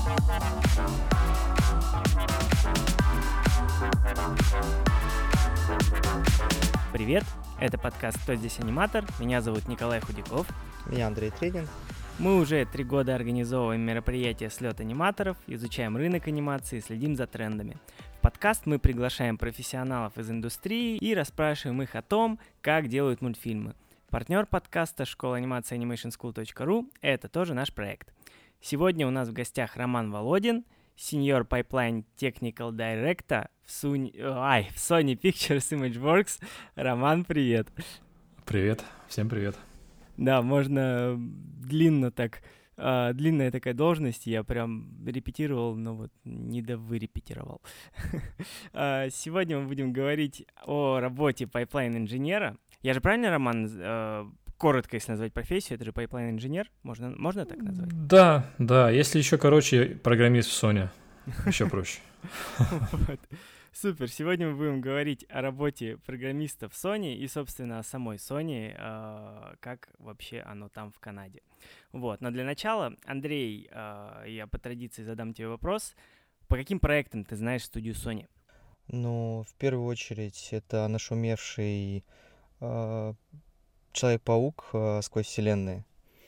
Привет, это подкаст «Кто здесь аниматор?». Меня зовут Николай Худяков. Меня Андрей Тренин. Мы уже 3 года организовываем мероприятия «Слет аниматоров», изучаем рынок анимации, следим за трендами. В подкаст мы приглашаем профессионалов из индустрии и расспрашиваем их о том, как делают мультфильмы. Партнер подкаста школа анимации animationschool.ru – это тоже наш проект. Сегодня у нас в гостях Роман Володин, Senior Pipeline Technical Director в Sony Pictures Imageworks. Роман, привет. Привет, всем привет. Да, можно длинная такая должность, я прям репетировал, но вот не довырепетировал. Сегодня мы будем говорить о работе пайплайн-инженера. Я же правильно, Роман, коротко, если назвать профессию, это же пайплайн-инженер? Можно так назвать? Да, если еще короче, программист в Sony, еще проще. Супер, сегодня мы будем говорить о работе программиста в Sony и, собственно, о самой Sony, как вообще оно там в Канаде. Вот, но для начала, Андрей, я по традиции задам тебе вопрос. По каким проектам ты знаешь студию Sony? Ну, в первую очередь, это нашумевший Человек-паук сквозь вселенные.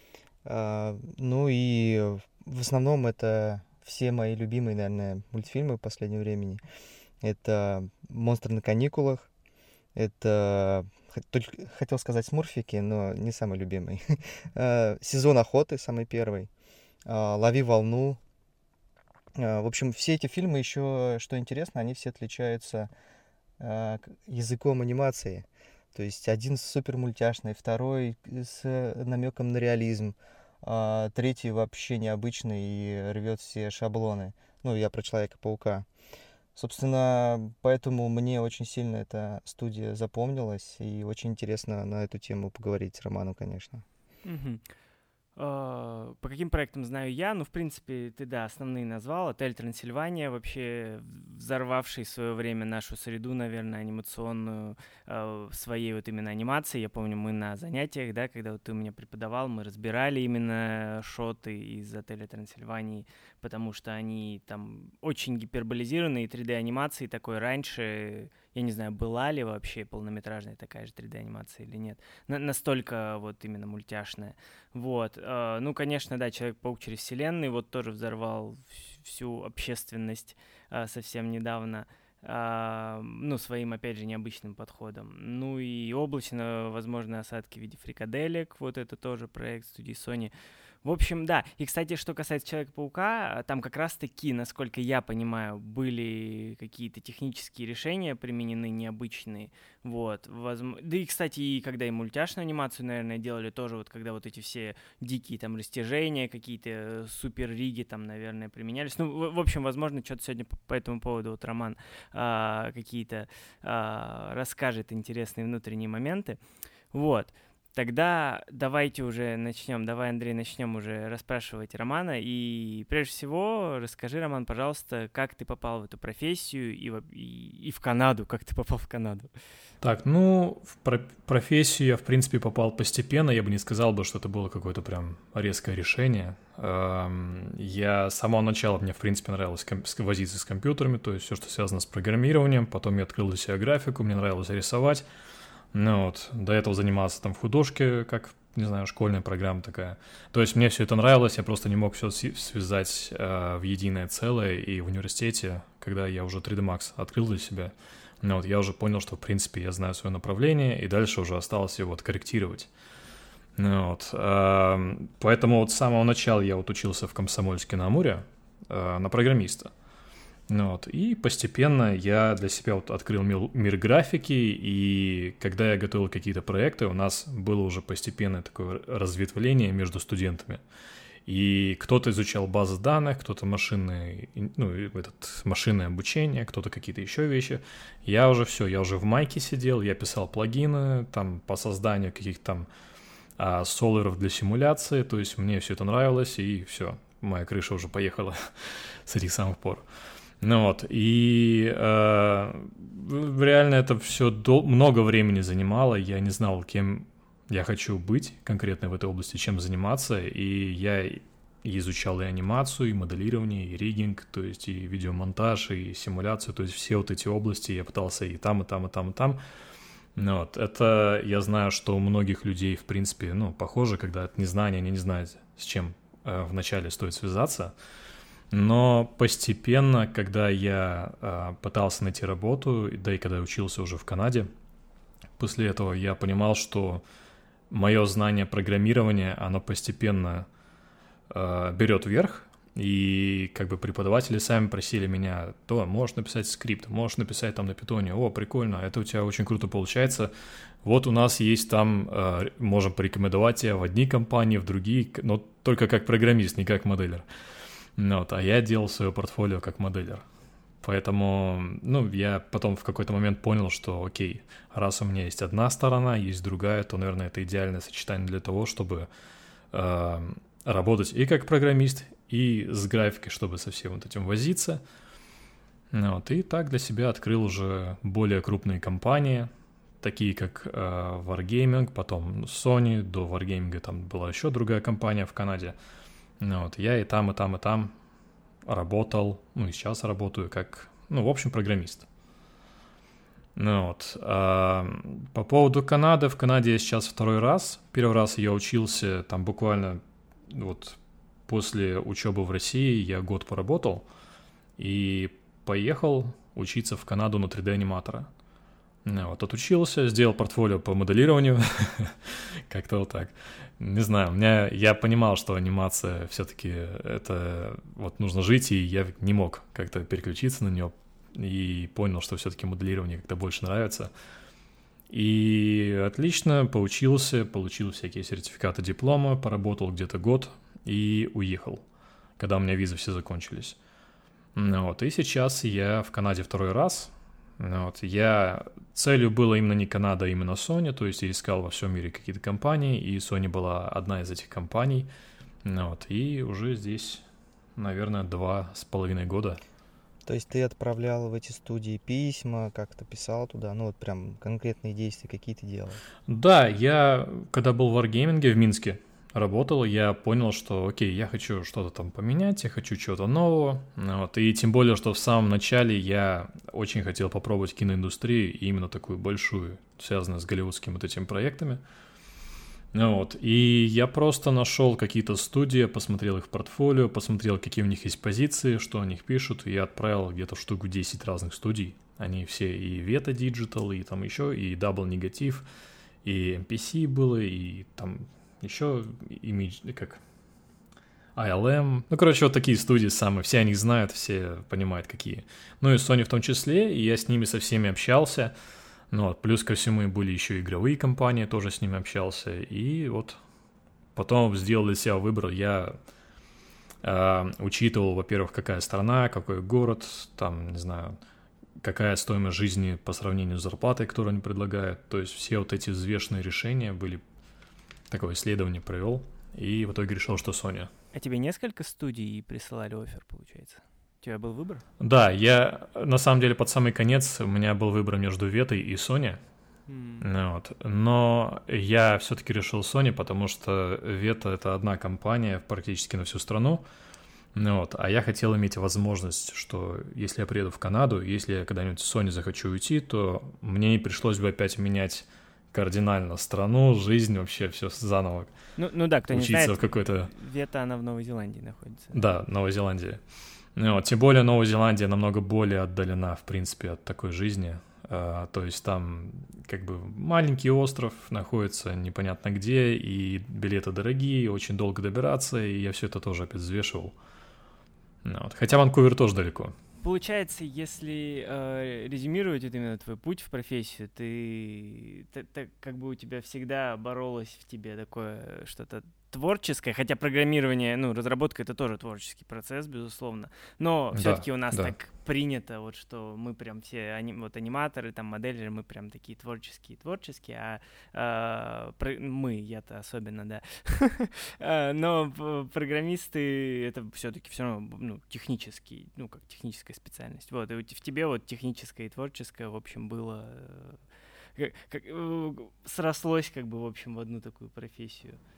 Ну и в основном это все мои любимые, наверное, мультфильмы в последнее время. Это «Монстры на каникулах», это, хотел сказать «Смурфики», но не самый любимый. «Сезон охоты» самый первый, «Лови волну». В общем, все эти фильмы еще, что интересно, они все отличаются языком анимации. То есть один супер мультяшный, второй с намеком на реализм, третий вообще необычный и рвет все шаблоны. Ну, я про Человека-паука. Собственно, поэтому мне очень сильно эта студия запомнилась, и очень интересно на эту тему поговорить с Романом, конечно. По каким проектам знаю я? Ну, в принципе, ты, да, основные назвал. «Отель Трансильвания», вообще взорвавший в свое время нашу среду, наверное, анимационную, своей вот именно анимацией. Я помню, мы на занятиях, да, когда вот ты у меня преподавал, мы разбирали именно шоты из «Отеля Трансильвании», потому что они там очень гиперболизированные, и 3D-анимации такой раньше... Я не знаю, была ли вообще полнометражная такая же 3D-анимация или нет. Настолько вот именно мультяшная. Вот. Ну, конечно, да, «Человек-паук через вселенные» вот тоже взорвал всю общественность совсем недавно. Ну, своим, опять же, необычным подходом. Ну и облачно, возможно, осадки в виде фрикаделек. Вот это тоже проект студии Sony. В общем, да. И, кстати, что касается Человека-паука, там как раз-таки, насколько я понимаю, были какие-то технические решения применены необычные. Вот. Да и, кстати, и когда и мультяшную анимацию, наверное, делали тоже, вот когда вот эти все дикие там растяжения, какие-то супер-риги там, наверное, применялись. Ну, в общем, возможно, что-то сегодня по этому поводу вот Роман какие-то расскажет интересные внутренние моменты. Вот. Тогда давайте уже начнем. Давай, Андрей, начнем уже расспрашивать Романа. И прежде всего, расскажи, Роман, пожалуйста, как ты попал в эту профессию и в Канаду, как ты попал в Канаду? Так, ну, в профессию я, в принципе, попал постепенно. Я бы не сказал бы, что это было какое-то прям резкое решение. Я с самого начала, мне, в принципе, нравилось возиться с компьютерами, то есть все, что связано с программированием. Потом я открыл для себя графику, мне нравилось рисовать. Ну вот, до этого занимался там в художке, как, не знаю, школьная программа такая. То есть мне все это нравилось, я просто не мог все связать в единое целое. И в университете, когда я уже 3D Max открыл для себя, ну вот, я уже понял, что, в принципе, я знаю свое направление, и дальше уже осталось его откорректировать. Ну вот, поэтому вот с самого начала я вот учился в Комсомольске на Амуре на программиста. Ну вот, и постепенно я для себя вот открыл мир графики, и когда я готовил какие-то проекты, у нас было уже постепенное такое разветвление между студентами. И кто-то изучал базы данных, кто-то машинное обучение, кто-то какие-то еще вещи. Я уже в майке сидел, я писал плагины там по созданию каких-то там солверов для симуляции, то есть мне все это нравилось, и все, моя крыша уже поехала с этих самых пор. Ну вот, и реально это все много времени занимало, я не знал, кем я хочу быть конкретно в этой области, чем заниматься, и я и изучал и анимацию, и моделирование, и риггинг, то есть и видеомонтаж, и симуляцию, то есть все вот эти области я пытался и там, и там, и там, и там. Ну, вот, это я знаю, что у многих людей, в принципе, ну, похоже, когда от незнания они не знают, с чем вначале стоит связаться. Но постепенно, когда я пытался найти работу, да и когда я учился уже в Канаде, после этого я понимал, что мое знание программирования, оно постепенно берет вверх, и как бы преподаватели сами просили меня: то можешь написать скрипт, можешь написать там на питоне, о, прикольно, это у тебя очень круто получается, вот у нас есть там, можем порекомендовать тебя в одни компании, в другие, но только как программист, не как моделер. Вот, а я делал свое портфолио как моделер. Поэтому, ну, я потом в какой-то момент понял, что окей, раз у меня есть одна сторона, есть другая, то, наверное, это идеальное сочетание для того, чтобы работать и как программист, и с графикой, чтобы со всем вот этим возиться. Вот, и так для себя открыл уже более крупные компании, такие как Wargaming, потом Sony, до Wargaming там была еще другая компания в Канаде. Вот, я и там, и там, и там работал, ну и сейчас работаю как, ну, в общем, программист. Ну вот. По поводу Канады, в Канаде я сейчас второй раз. Первый раз я учился там буквально вот после учебы в России, я год поработал и поехал учиться в Канаду на 3D-аниматора. Вот, отучился, сделал портфолио по моделированию, как-то вот так. Не знаю, я понимал, что анимация все-таки это вот нужно жить, и я не мог как-то переключиться на нее, и понял, что все-таки моделирование как-то больше нравится. И отлично поучился, получил всякие сертификаты, дипломы, поработал где-то год и уехал, когда у меня визы все закончились. Вот, и сейчас я в Канаде второй раз. Вот, целью было именно не Канада, а именно Sony, то есть я искал во всем мире какие-то компании, и Sony была одна из этих компаний. Вот, и уже здесь, наверное, 2,5 года. То есть ты отправлял в эти студии письма, как-то писал туда, ну вот прям конкретные действия какие ты делал? Да, я, когда был в Wargaming в Минске, работал, я понял, что окей, я хочу что-то там поменять, я хочу чего-то нового. Вот, и тем более, что в самом начале я очень хотел попробовать киноиндустрию, и именно такую большую, связанную с голливудскими вот этими проектами. Вот, и я просто нашел какие-то студии, посмотрел их портфолио, посмотрел, какие у них есть позиции, что о них пишут, и я отправил где-то в штуку 10 разных студий. Они все и Veta Digital, и там еще, и Double Negative, и MPC было, и там еще Image, как ILM. Ну, короче, вот такие студии самые. Все о них знают, все понимают, какие. Ну, и Sony в том числе, и я с ними со всеми общался. Ну, вот, плюс ко всему и были еще игровые компании, тоже с ними общался. И вот потом сделал для себя выбор. Я учитывал, во-первых, какая страна, какой город, там, не знаю, какая стоимость жизни по сравнению с зарплатой, которую они предлагают. То есть все вот эти взвешенные решения были. Такое исследование провел, и в итоге решил, что Sony. А тебе несколько студий присылали оффер, получается? У тебя был выбор? Да, я, на самом деле, под самый конец у меня был выбор между Veto и Sony. Вот. Но я все-таки решил Sony, потому что Veto — это одна компания практически на всю страну. Вот. А я хотел иметь возможность, что если я приеду в Канаду, если я когда-нибудь с Sony захочу уйти, то мне не пришлось бы опять менять кардинально страну, жизнь, вообще все заново. Ну да, кто не учиться знает, в какой-то... Вета, она в Новой Зеландии находится. Да, Новая Зеландия. Вот, тем более Новая Зеландия намного более отдалена, в принципе, от такой жизни. То есть там как бы маленький остров находится непонятно где, и билеты дорогие, очень долго добираться, и я все это тоже опять взвешивал. Вот. Хотя Ванкувер тоже далеко. Получается, если резюмировать вот именно твой путь в профессию, ты как бы у тебя всегда боролось в тебе такое что-то творческое, хотя программирование, ну, разработка — это тоже творческий процесс, безусловно, но все-таки у нас так принято, вот что мы прям все вот аниматоры, там, моделеры, мы прям такие творческие, я-то особенно, да, но программисты — это все-таки все равно, ну, технический, ну, как техническая специальность, вот, и в тебе вот техническое и творческое, в общем, было, срослось, как бы, в общем, в одну такую профессию.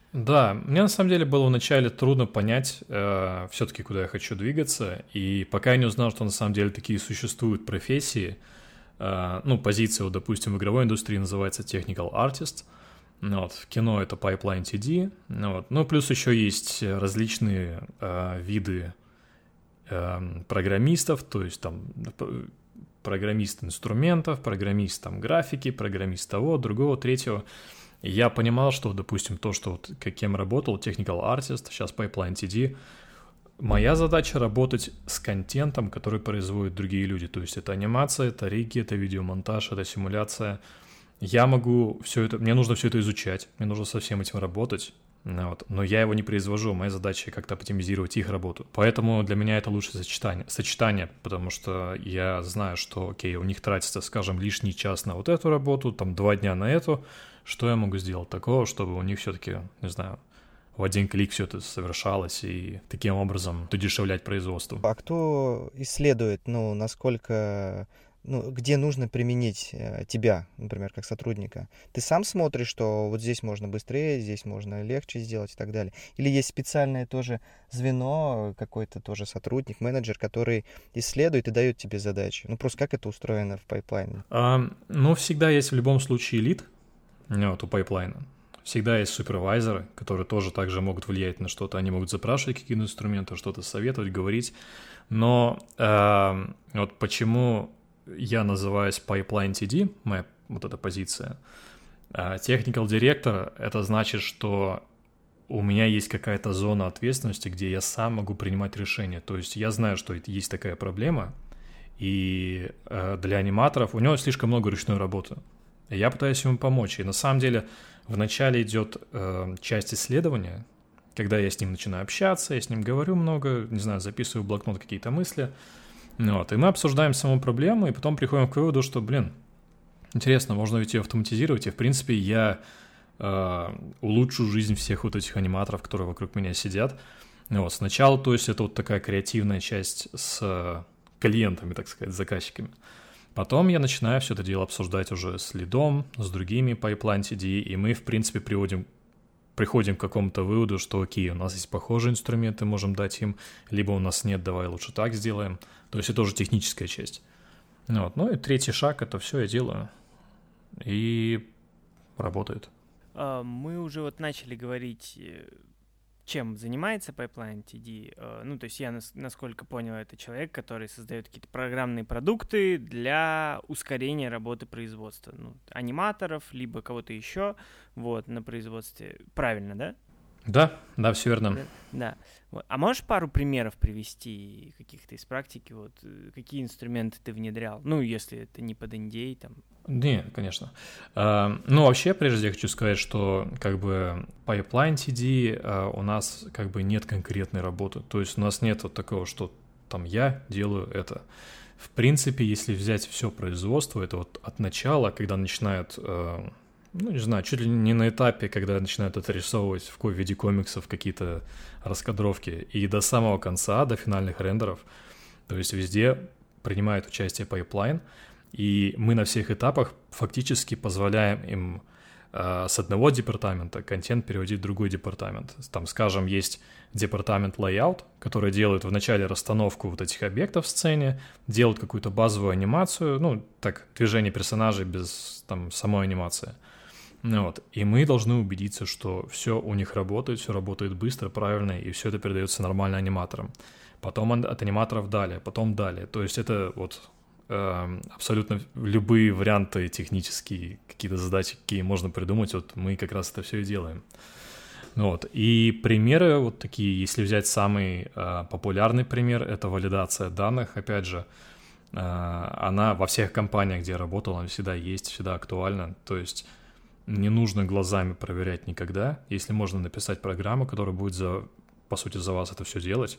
Да, мне на самом деле было вначале трудно понять все-таки, куда я хочу двигаться, и пока я не узнал, что на самом деле такие существуют профессии, позиция, вот, допустим, в игровой индустрии называется technical artist, вот, в кино это pipeline TD, вот, плюс еще есть различные виды программистов, то есть там программист инструментов, программист там графики, программист того, другого, третьего. И я понимал, что, допустим, то, что вот кем работал, technical artist, сейчас pipeline TD, моя задача работать с контентом, который производят другие люди. То есть это анимация, это риги, это видеомонтаж, это симуляция. Я могу все это, мне нужно все это изучать, мне нужно со всем этим работать. Вот. Но я его не произвожу, моя задача как-то оптимизировать их работу. Поэтому для меня это лучшее сочетание, потому что я знаю, что, окей, у них тратится, скажем, лишний час на вот эту работу, там 2 дня на эту. Что я могу сделать такого, чтобы у них все-таки, не знаю, в один клик все это совершалось и таким образом удешевлять производство? А кто исследует, насколько... где нужно применить тебя, например, как сотрудника? Ты сам смотришь, что вот здесь можно быстрее, здесь можно легче сделать и так далее? Или есть специальное тоже звено, какой-то тоже сотрудник, менеджер, который исследует и дает тебе задачи? Просто как это устроено в пайплайне? Всегда есть в любом случае лид, у пайплайна. Всегда есть супервайзеры, которые тоже также могут влиять на что-то. Они могут запрашивать какие-то инструменты, что-то советовать, говорить. Но вот почему я называюсь Pipeline TD, моя вот эта позиция. Technical Director — это значит, что у меня есть какая-то зона ответственности, где я сам могу принимать решения. То есть я знаю, что есть такая проблема, и для аниматоров у него слишком много ручной работы. И я пытаюсь ему помочь. И на самом деле вначале идет часть исследования, когда я с ним начинаю общаться, я с ним говорю много, не знаю, записываю в блокнот какие-то мысли. И мы обсуждаем саму проблему, и потом приходим к выводу, что, интересно, можно ведь ее автоматизировать, и, в принципе, я улучшу жизнь всех вот этих аниматоров, которые вокруг меня сидят. Сначала, то есть, это вот такая креативная часть с клиентами, так сказать, с заказчиками. Потом я начинаю все это дело обсуждать уже с лидом, с другими Pipeline TD, и мы, в принципе, приходим к какому-то выводу, что окей, у нас есть похожие инструменты, можем дать им, либо у нас нет, давай лучше так сделаем. То есть это уже техническая часть. И третий шаг — это все я делаю. И работает. Мы уже вот начали говорить, чем занимается Pipeline TD. То есть я, насколько понял, это человек, который создает какие-то программные продукты для ускорения работы производства. Аниматоров, либо кого-то еще на производстве. Правильно, да? Да, все верно. Да. А можешь пару примеров привести каких-то из практики? Какие инструменты ты внедрял? Если это не под NDA, там. Не, конечно. Вообще, прежде я хочу сказать, что Pipeline TD у нас нет конкретной работы. То есть у нас нет вот такого, что там я делаю это. В принципе, если взять все производство, это вот от начала, когда начинают... не знаю, чуть ли не на этапе, когда начинают отрисовывать в виде комиксов какие-то раскадровки, и до самого конца, до финальных рендеров, то есть везде принимает участие Pipeline, и мы на всех этапах фактически позволяем им с одного департамента контент переводить в другой департамент. Там, скажем, есть департамент Layout, который делает вначале расстановку вот этих объектов в сцене, делает какую-то базовую анимацию, движение персонажей без самой анимации. И мы должны убедиться, что все у них работает, все работает быстро, правильно, и все это передается нормально аниматорам. Потом от аниматоров далее, потом далее. То есть это абсолютно любые варианты технические, какие-то задачи, какие можно придумать, мы как раз это все и делаем. И примеры такие, если взять самый популярный пример, это валидация данных, опять же, она во всех компаниях, где я работал, она всегда есть, всегда актуальна, то есть не нужно глазами проверять никогда, если можно написать программу, которая будет, по сути, за вас это все делать.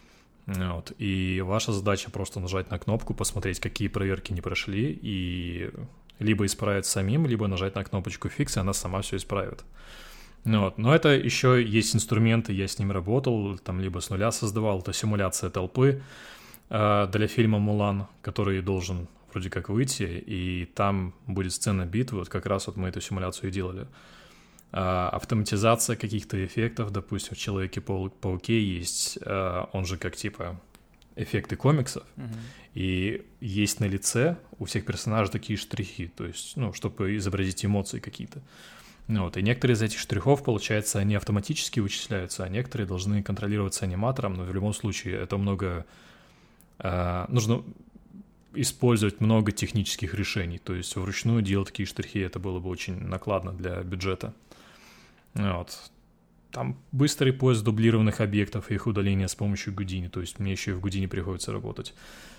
И ваша задача просто нажать на кнопку, посмотреть, какие проверки не прошли, и либо исправить самим, либо нажать на кнопочку «Фикс», и она сама все исправит. Но это еще есть инструменты, я с ним работал, либо с нуля создавал, это симуляция толпы для фильма «Мулан», который должен вроде как выйти, и там будет сцена битвы, как раз мы эту симуляцию и делали. автоматизация каких-то эффектов, допустим, в Человеке-пауке есть, он же как типа эффекты комиксов, и есть на лице у всех персонажей такие штрихи, то есть, ну, чтобы изобразить эмоции какие-то. Вот, и некоторые из этих штрихов, получается, они автоматически вычисляются, а некоторые должны контролироваться аниматором, но в любом случае это много... нужно использовать много технических решений, то есть вручную делать такие штрихи, это было бы очень накладно для бюджета. Вот. Там быстрый поиск дублированных объектов и их удаление с помощью Houdini, то есть мне еще и в Houdini приходится работать.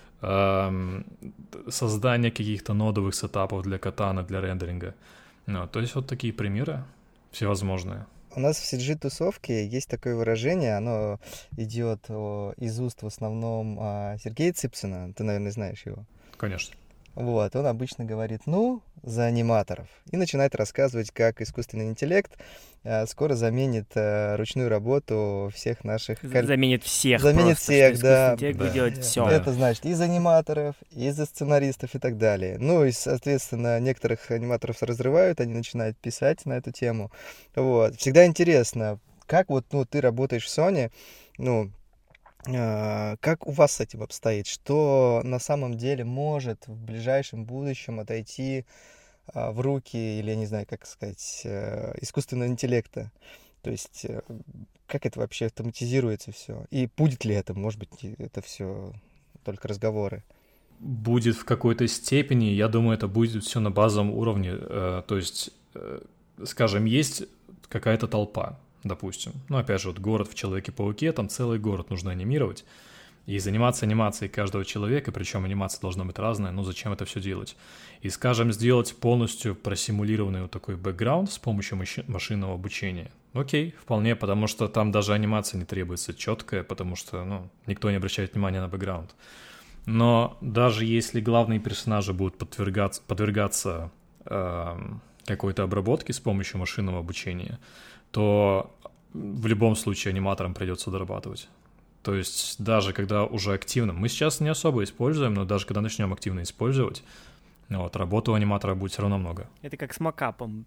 Создание каких-то нодовых сетапов для катана, для рендеринга. Ну, то есть вот такие примеры всевозможные. У нас в CG-тусовке есть такое выражение, оно идет из уст в основном Сергея Цыпсина, ты, наверное, знаешь его. Конечно. Вот, он обычно говорит, ну, за аниматоров. И начинает рассказывать, как искусственный интеллект скоро заменит ручную работу всех наших... Заменит всех. Заменит просто, всех, да. Интеллект будет делать все. Это значит из аниматоров, из сценаристов и так далее. Ну и, соответственно, некоторых аниматоров разрывают, они начинают писать на эту тему. Вот. Всегда интересно, как вот, ну, ты работаешь в Sony, ну, как у вас с этим обстоит? Что на самом деле может в ближайшем будущем отойти в руки, или, я не знаю, как сказать, искусственного интеллекта? То есть как это вообще автоматизируется все? И будет ли это, может быть, это все только разговоры? Будет в какой-то степени, я думаю, это будет все на базовом уровне. То есть, скажем, есть какая-то толпа, допустим. Ну, опять же, вот город в Человеке-пауке, там целый город нужно анимировать. И заниматься анимацией каждого человека, причем анимация должна быть разная, ну зачем это все делать? И, скажем, сделать полностью просимулированный вот такой бэкграунд с помощью машинного обучения. Окей, вполне, потому что там даже анимация не требуется четкая, потому что, ну, никто не обращает внимания на бэкграунд. Но даже если главные персонажи будут подвергаться какой-то обработке с помощью машинного обучения, то в любом случае аниматорам придется дорабатывать. То есть даже когда уже активно, мы сейчас не особо используем, но даже когда начнем активно использовать, вот, работы у аниматора будет все равно много. Это как с макапом.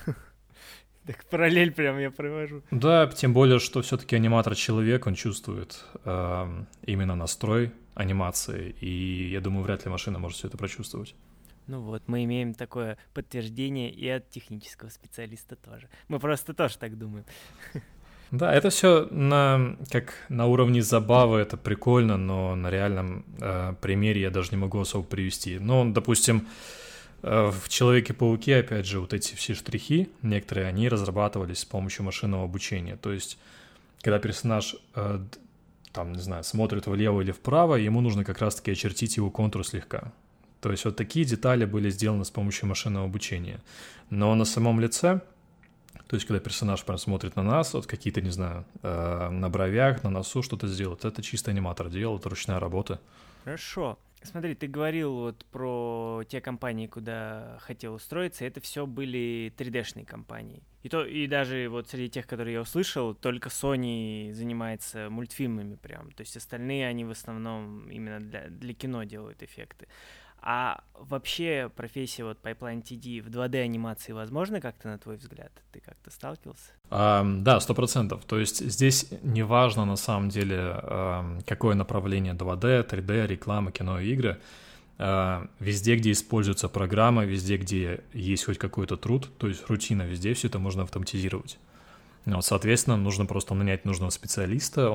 Так параллель прям я провожу. Да, тем более, что все-таки аниматор-человек, он чувствует именно настрой анимации, и я думаю, вряд ли машина может все это прочувствовать. Ну вот, мы имеем такое подтверждение и от технического специалиста тоже. Мы просто тоже так думаем. Да, это все как на уровне забавы, это прикольно, но на реальном примере я даже не могу особо привести. Ну, допустим, в Человеке-пауке, опять же, вот эти все штрихи, некоторые, они разрабатывались с помощью машинного обучения. То есть, когда персонаж, там, не знаю, смотрит влево или вправо, ему нужно как раз-таки очертить его контур слегка. То есть, вот такие детали были сделаны с помощью машинного обучения. Но на самом лице... То есть, когда персонаж прям смотрит на нас, вот какие-то, не знаю, на бровях, на носу что-то сделать, это чисто аниматор делал, это ручная работа. Хорошо. Смотри, ты говорил вот про те компании, куда хотел устроиться, это все были 3D-шные компании. И даже вот среди тех, которые я услышал, только Sony занимается мультфильмами прям. То есть остальные, они в основном именно для кино делают эффекты. А вообще профессия вот Pipeline TD в 2D-анимации возможно как-то, на твой взгляд? Ты как-то сталкивался? Да, 100%. То есть здесь не важно на самом деле, какое направление 2D, 3D, реклама, кино и игры. Везде, где используется программа, везде, где есть хоть какой-то труд, то есть рутина, везде все это можно автоматизировать. Вот, соответственно, нужно просто нанять нужного специалиста.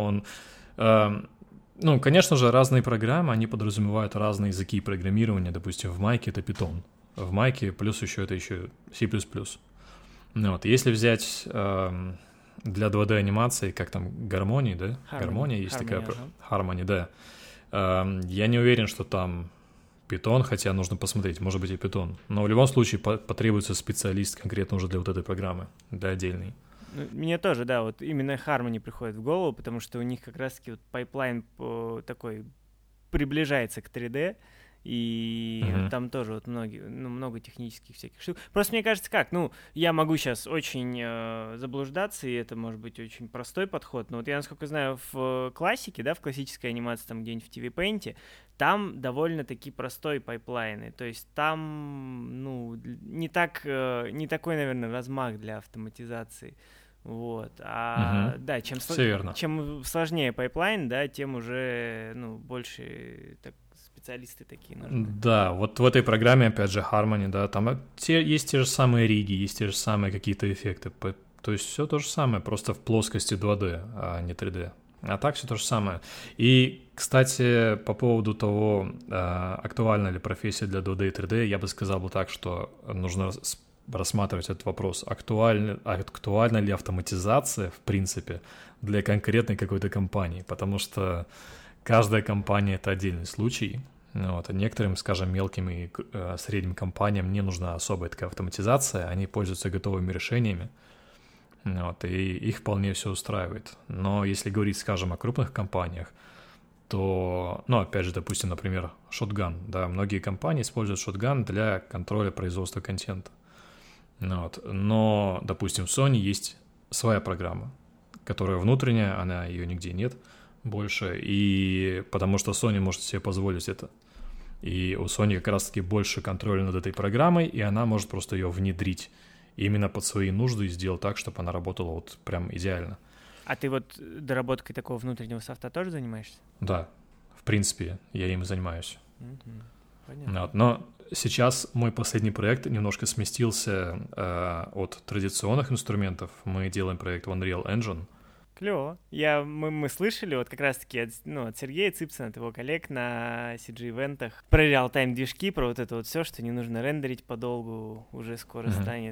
Ну, конечно же, разные программы, они подразумевают разные языки программирования. Допустим, в Майке это Python, в Майке плюс еще это еще C++. Вот. Если взять для 2D-анимации, как там, Гармония, да? Гармония есть такая. Harmony, да. Я не уверен, что там Python, хотя нужно посмотреть, может быть и Python. Но в любом случае потребуется специалист конкретно уже для вот этой программы, для отдельной. Мне тоже, да, вот именно Harmony приходит в голову, потому что у них как раз-таки вот пайплайн такой приближается к 3D, и там тоже вот много технических всяких штук. Просто мне кажется, я могу сейчас очень заблуждаться, и это может быть очень простой подход, но вот я, насколько знаю, в классике, да, в классической анимации, там где-нибудь в TV Paint, там довольно-таки простой пайплайн, то есть там, не такой, наверное, размах для автоматизации. Вот, да, чем сложнее пайплайн, да, тем уже, больше специалисты такие нужны. Да, вот в этой программе, опять же, Harmony, да, там есть те же самые риги, есть те же самые какие-то эффекты, то есть все то же самое, просто в плоскости 2D, а не 3D. А так все то же самое. И, кстати, по поводу того, актуальна ли профессия для 2D и 3D, я бы сказал бы так, что нужно рассматривать этот вопрос, актуальна ли автоматизация, в принципе, для конкретной какой-то компании, потому что каждая компания — это отдельный случай. Вот. А некоторым, скажем, мелким и средним компаниям не нужна особая такая автоматизация, они пользуются готовыми решениями, вот, и их вполне все устраивает. Но если говорить, скажем, о крупных компаниях, то, опять же, допустим, например, Shotgun, да, многие компании используют Shotgun для контроля производства контента. Вот. Но, допустим, в Sony есть своя программа, которая внутренняя, ее нигде нет больше, и потому что Sony может себе позволить это. И у Sony как раз-таки больше контроля над этой программой, и она может просто ее внедрить именно под свои нужды и сделать так, чтобы она работала вот прям идеально. А ты вот доработкой такого внутреннего софта тоже занимаешься? Да, в принципе, я им занимаюсь. Понятно. Вот. Но сейчас мой последний проект немножко сместился от традиционных инструментов. Мы делаем проект в Unreal Engine. Клево. Мы слышали вот как раз-таки от Сергея Цыпсина, от его коллег на CG-ивентах про реал-тайм движки, про вот это вот все, что не нужно рендерить подолгу, уже скоро станет,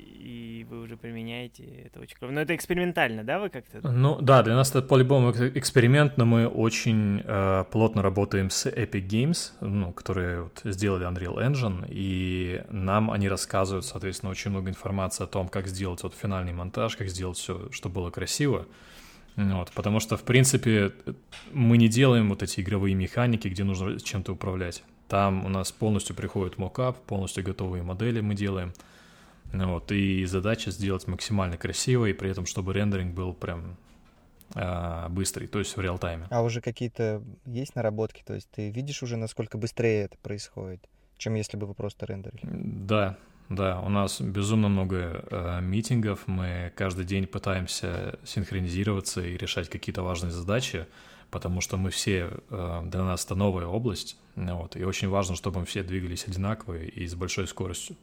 и вы уже применяете, это очень клево. Но это экспериментально, да, вы как-то? Да, для нас это по-любому эксперимент, но мы очень плотно работаем с Epic Games, которые вот сделали Unreal Engine, и нам они рассказывают, соответственно, очень много информации о том, как сделать вот финальный монтаж, как сделать все, чтобы было красиво. Вот, потому что, в принципе, мы не делаем вот эти игровые механики, где нужно чем-то управлять. Там у нас полностью приходит мокап, полностью готовые модели мы делаем. Вот, и задача сделать максимально красиво, и при этом, чтобы рендеринг был прям быстрый, то есть в реал-тайме. А уже какие-то есть наработки? То есть ты видишь уже, насколько быстрее это происходит, чем если бы вы просто рендерили? Да, у нас безумно много митингов, мы каждый день пытаемся синхронизироваться и решать какие-то важные задачи, потому что мы все, для нас это новая область, вот, и очень важно, чтобы мы все двигались одинаково и с большой скоростью.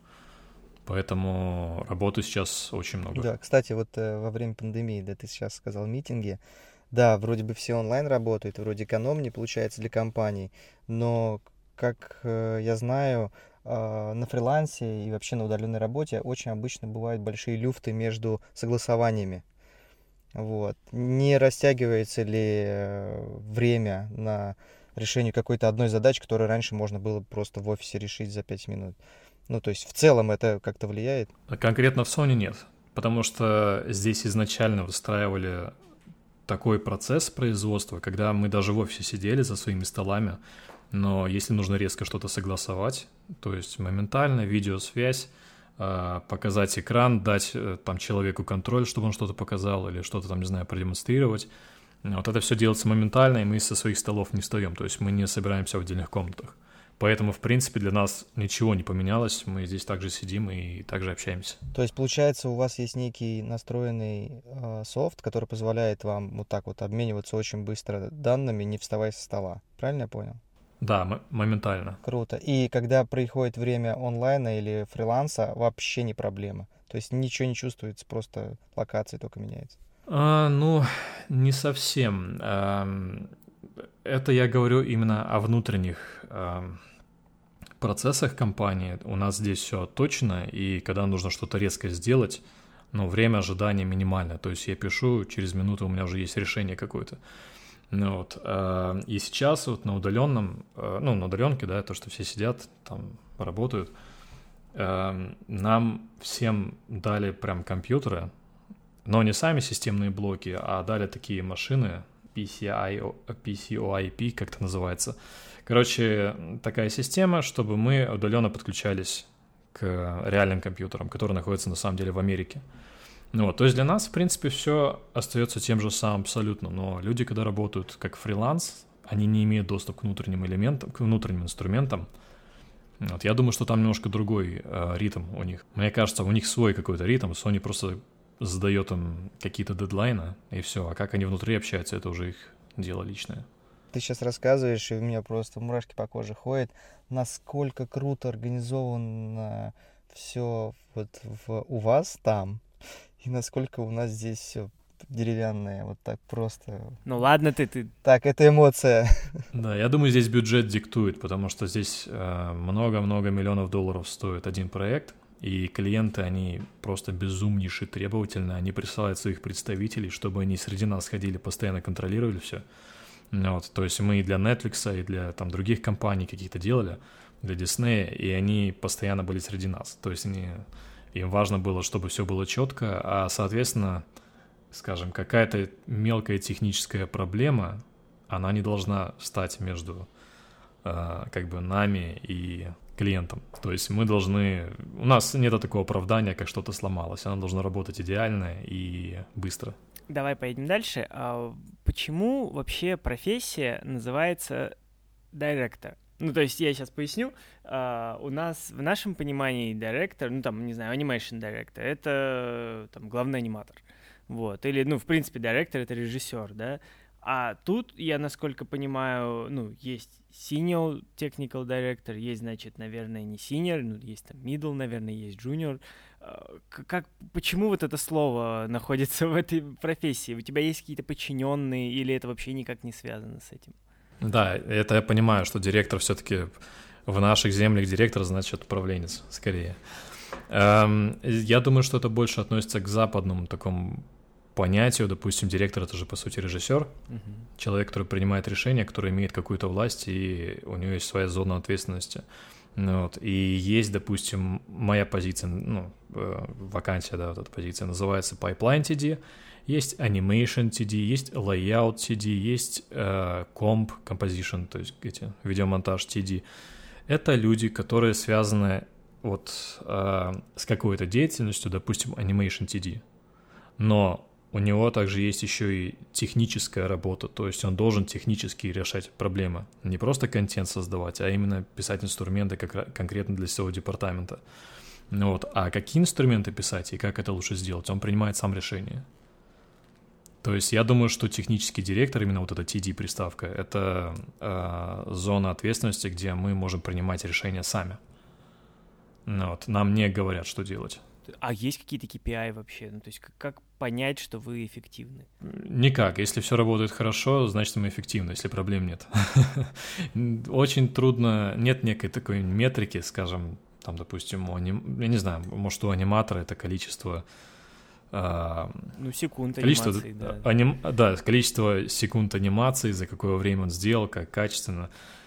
Поэтому работы сейчас очень много. Да, кстати, вот во время пандемии, да, ты сейчас сказал митинги, да, вроде бы все онлайн работают, вроде экономнее получается для компаний, но, как я знаю, на фрилансе и вообще на удаленной работе очень обычно бывают большие люфты между согласованиями. Вот. Не растягивается ли время на решение какой-то одной задачи, которую раньше можно было просто в офисе решить за 5 минут? То есть в целом это как-то влияет? Конкретно в Sony нет, потому что здесь изначально выстраивали такой процесс производства, когда мы даже в офисе сидели за своими столами, но если нужно резко что-то согласовать, то есть моментально видеосвязь, показать экран, дать там человеку контроль, чтобы он что-то показал или что-то там, не знаю, продемонстрировать, вот это все делается моментально, и мы со своих столов не встаем, то есть мы не собираемся в отдельных комнатах. Поэтому, в принципе, для нас ничего не поменялось, мы здесь также сидим и также общаемся. То есть, получается, у вас есть некий настроенный софт, который позволяет вам вот так вот обмениваться очень быстро данными, не вставая со стола. Правильно я понял? Да, моментально. Круто. И когда приходит время онлайна или фриланса, вообще не проблема. То есть ничего не чувствуется, просто локация только меняется. Не совсем. Это я говорю именно о внутренних процессах компании. У нас здесь все точно, и когда нужно что-то резко сделать, время ожидания минимальное. То есть я пишу, через минуту у меня уже есть решение какое-то. И сейчас вот на удаленном, на удаленке, да, то, что все сидят, там, работают, нам всем дали прям компьютеры, но не сами системные блоки, а дали такие машины, PCOIP, как это называется. Короче, такая система, чтобы мы удаленно подключались к реальным компьютерам, которые находятся на самом деле в Америке. Ну вот, то есть для нас, в принципе, все остается тем же самым абсолютно, но люди, когда работают как фриланс, они не имеют доступ к внутренним элементам, к внутренним инструментам. Вот, я думаю, что там немножко другой ритм у них. Мне кажется, у них свой какой-то ритм, Sony просто задает им какие-то дедлайны, и все. А как они внутри общаются, это уже их дело личное. Ты сейчас рассказываешь, и у меня просто мурашки по коже ходят, насколько круто организовано все вот у вас там, и насколько у нас здесь все деревянное, вот так просто. Ну ладно ты. Так, это эмоция. Да, я думаю, здесь бюджет диктует, потому что здесь много-много миллионов долларов стоит один проект, и клиенты, они просто безумнейшие, требовательные, они присылают своих представителей, чтобы они среди нас ходили, постоянно контролировали все. Вот, то есть мы и для Netflix, и для там других компаний каких-то делали, для Disney, и они постоянно были среди нас. То есть им важно было, чтобы все было четко, а, соответственно, скажем, какая-то мелкая техническая проблема, она не должна встать между как бы нами и клиентом. То есть мы должны... У нас нет такого оправдания, как что-то сломалось. Она должна работать идеально и быстро. Давай поедем дальше. Почему вообще профессия называется директор? Ну, то есть я сейчас поясню. У нас, в нашем понимании, директор, ну, там, не знаю, animation директор, это там главный аниматор. Вот. Или, ну, в принципе, директор — это режиссер, да? А тут, я насколько понимаю, ну, есть senior technical director, есть, значит, наверное, не senior, ну, есть там middle, наверное, есть junior. Почему вот это слово находится в этой профессии? У тебя есть какие-то подчиненные, или это вообще никак не связано с этим? Да, это я понимаю, что директор все-таки в наших землях директор значит управленец, скорее. Я думаю, что это больше относится к западному такому понятию. Допустим, директор — это же, по сути, режиссер, человек, который принимает решения, который имеет какую-то власть, и у него есть своя зона ответственности. Вот. И есть, допустим, моя позиция, ну, вакансия, да, вот эта позиция называется Pipeline TD, есть Animation TD, есть Layout TD, есть Composition, то есть видеомонтаж TD. Это люди, которые связаны вот с какой-то деятельностью, допустим, Animation TD, но у него также есть еще и техническая работа, то есть он должен технически решать проблемы. Не просто контент создавать, а именно писать инструменты конкретно для своего департамента. Вот. А какие инструменты писать и как это лучше сделать, он принимает сам решение. То есть я думаю, что технический директор, именно вот эта TD-приставка, это зона ответственности, где мы можем принимать решения сами. Вот. Нам не говорят, что делать. А есть какие-то KPI вообще? Ну, то есть как понять, что вы эффективны? Никак. Если все работает хорошо, значит, мы эффективны, если проблем нет. Очень трудно, нет некой такой метрики, скажем, там, допустим, я не знаю, может, у аниматора это количество... секунд анимации, да. Да, количество секунд анимации, за какое время он сделал, как качественно.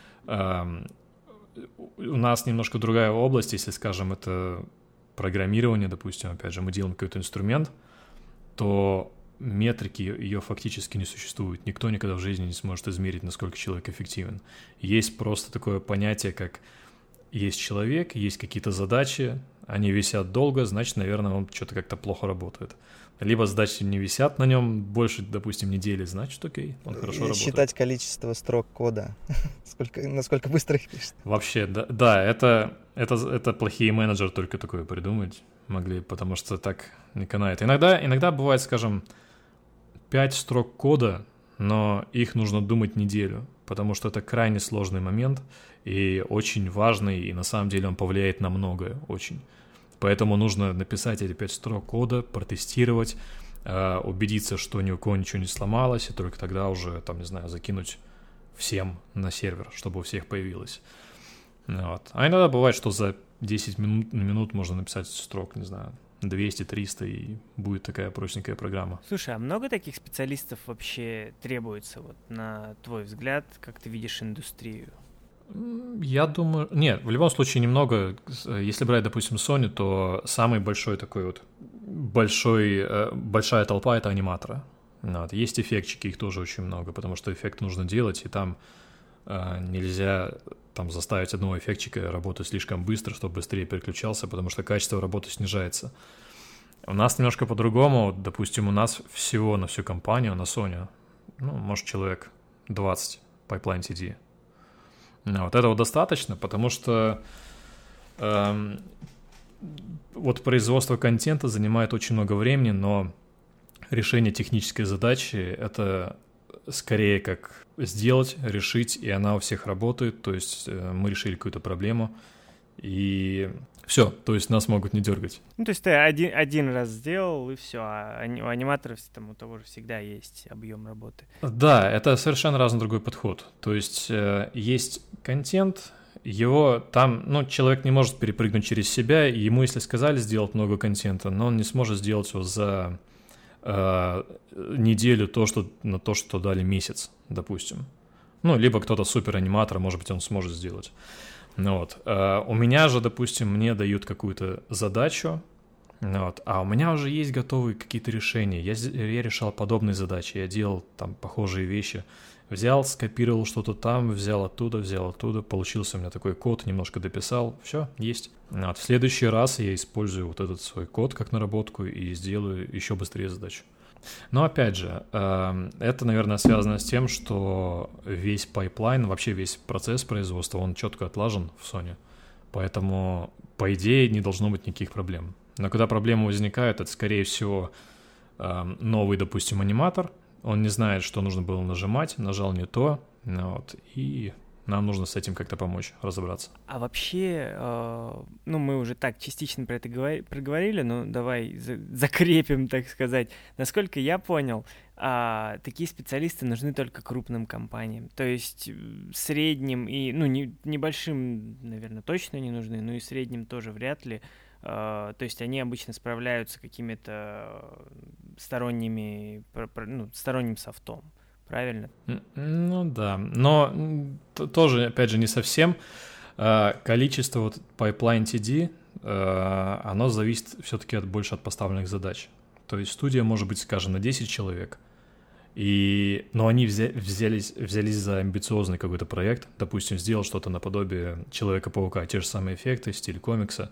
У нас немножко другая область, если, скажем, это... программирование, допустим, опять же, мы делаем какой-то инструмент, то метрики ее фактически не существует. Никто никогда в жизни не сможет измерить, насколько человек эффективен. Есть просто такое понятие, как есть человек, есть какие-то задачи, они висят долго, значит, наверное, он что-то как-то плохо работает. Либо задачи не висят на нем больше, допустим, недели, значит, окей, он хорошо работает. Считать количество строк кода, насколько быстро их пишет. Вообще, да, это плохие менеджеры только такое придумать могли, потому что так не канает. Иногда бывает, скажем, 5 строк кода, но их нужно думать неделю, потому что это крайне сложный момент и очень важный, и на самом деле он повлияет на многое очень. Поэтому нужно написать эти 5 строк кода, протестировать, убедиться, что ни у кого ничего не сломалось, и только тогда уже, там, не знаю, закинуть всем на сервер, чтобы у всех появилось. Вот. А иногда бывает, что за 10 минут можно написать строк, не знаю, 200-300, и будет такая простенькая программа. Слушай, а много таких специалистов вообще требуется, вот, на твой взгляд, как ты видишь индустрию? Я думаю... Нет, в любом случае немного. Если брать, допустим, Sony, то самый большой такой вот большая толпа — это аниматоры. Вот. Есть эффектчики, их тоже очень много, потому что эффект нужно делать, и там нельзя там заставить одного эффектчика работать слишком быстро, чтобы быстрее переключался, потому что качество работы снижается. У нас немножко по-другому. Допустим, у нас всего на всю компанию, на Sony, может, человек 20 Pipeline TD. Вот этого достаточно, потому что вот производство контента занимает очень много времени, но решение технической задачи — это скорее как сделать, решить, и она у всех работает, то есть мы решили какую-то проблему, и все, то есть нас могут не дергать. Ну, то есть ты один раз сделал, и все, а у аниматоров там у того же всегда есть объем работы. Да, это совершенно разный другой подход. То есть есть контент, его там, человек не может перепрыгнуть через себя, и ему, если сказали сделать много контента, но он не сможет сделать его за неделю на то, что дали месяц, допустим. Либо кто-то супер-аниматор, может быть, он сможет сделать. Вот. У меня же, допустим, мне дают какую-то задачу, а у меня уже есть готовые какие-то решения. Я решал подобные задачи, я делал там похожие вещи. Взял, скопировал что-то там, взял оттуда, получился у меня такой код, немножко дописал, все, есть. В следующий раз я использую вот этот свой код как наработку и сделаю еще быстрее задачу. Но опять же, это, наверное, связано с тем, что весь пайплайн, вообще весь процесс производства, он четко отлажен в Sony, поэтому, по идее, не должно быть никаких проблем. Но когда проблемы возникают, это, скорее всего, новый, допустим, аниматор, он не знает, что нужно было нажимать, нажал не то, и нам нужно с этим как-то помочь разобраться. А вообще, мы уже так частично про это проговорили, но давай закрепим, так сказать. Насколько я понял, такие специалисты нужны только крупным компаниям. То есть средним и, небольшим, наверное, точно не нужны, но и средним тоже вряд ли. То есть они обычно справляются какими-то сторонним софтом, правильно? Да, но тоже, опять же, не совсем. Количество вот Pipeline TD, оно зависит все-таки больше от поставленных задач. То есть студия может быть, скажем, на 10 человек, но они взялись за амбициозный какой-то проект, допустим, сделал что-то наподобие Человека-паука, те же самые эффекты, стиль комикса,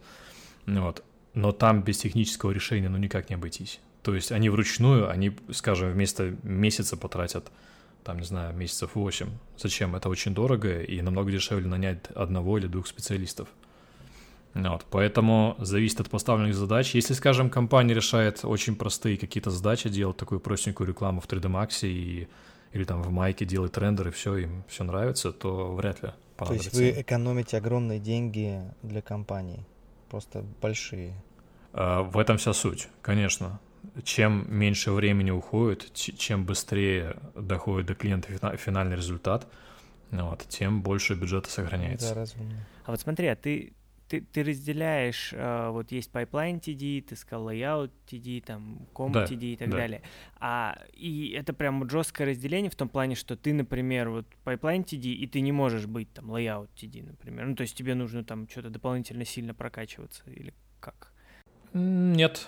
но там без технического решения никак не обойтись. То есть они вручную, скажем, вместо месяца потратят, месяцев 8. Зачем? Это очень дорого и намного дешевле нанять одного или двух специалистов. Поэтому зависит от поставленных задач. Если, скажем, компания решает очень простые какие-то задачи, делает такую простенькую рекламу в 3D Max или там в Майке делает рендер, и все, им все нравится, то вряд ли понадобится. То есть вы экономите огромные деньги для компании? Просто большие. В этом вся суть, конечно. Чем меньше времени уходит, чем быстрее доходит до клиента финальный результат, тем больше бюджета сохраняется. Да, разумно. А вот смотри, ты разделяешь, вот есть Pipeline TD, ты сказал Layout TD, там Comp TD и так далее. И это прям жесткое разделение в том плане, что ты, например, вот Pipeline TD, и ты не можешь быть там Layout TD, например. То есть тебе нужно там что-то дополнительно сильно прокачиваться или как? Нет,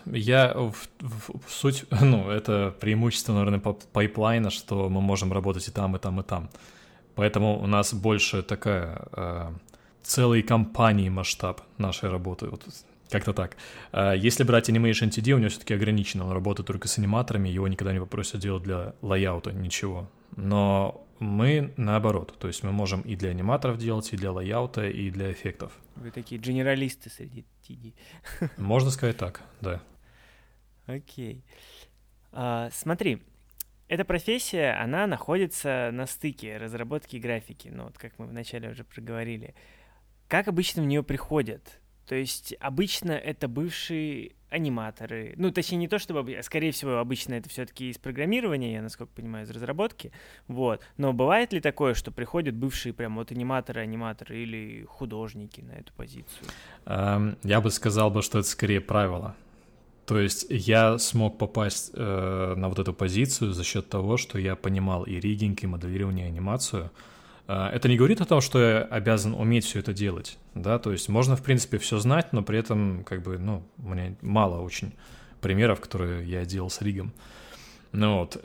суть, это преимущество, наверное, пайплайна, что мы можем работать и там, и там, и там. Поэтому у нас больше такая целой компании масштаб нашей работы, вот как-то так. Если брать Animation TD, у него все-таки ограничено, он работает только с аниматорами, его никогда не попросят делать для лайаута ничего. Но мы наоборот, то есть мы можем и для аниматоров делать, и для лайаута, и для эффектов. Вы такие генералисты среди TD. Можно сказать так, да. Окей. Смотри, эта профессия, она находится на стыке разработки и графики, как мы вначале уже проговорили. Как обычно в нее приходят? То есть обычно это бывшие аниматоры, точнее не то чтобы, скорее всего обычно это все-таки из программирования, я насколько понимаю, из разработки, но бывает ли такое, что приходят бывшие прям аниматоры или художники на эту позицию? Я бы сказал, что это скорее правило. То есть я смог попасть на вот эту позицию за счет того, что я понимал и риггинг, и моделирование, и анимацию. Это не говорит о том, что я обязан уметь все это делать, да, то есть можно, в принципе, все знать, но при этом, у меня мало очень примеров, которые я делал с ригом, Ну вот,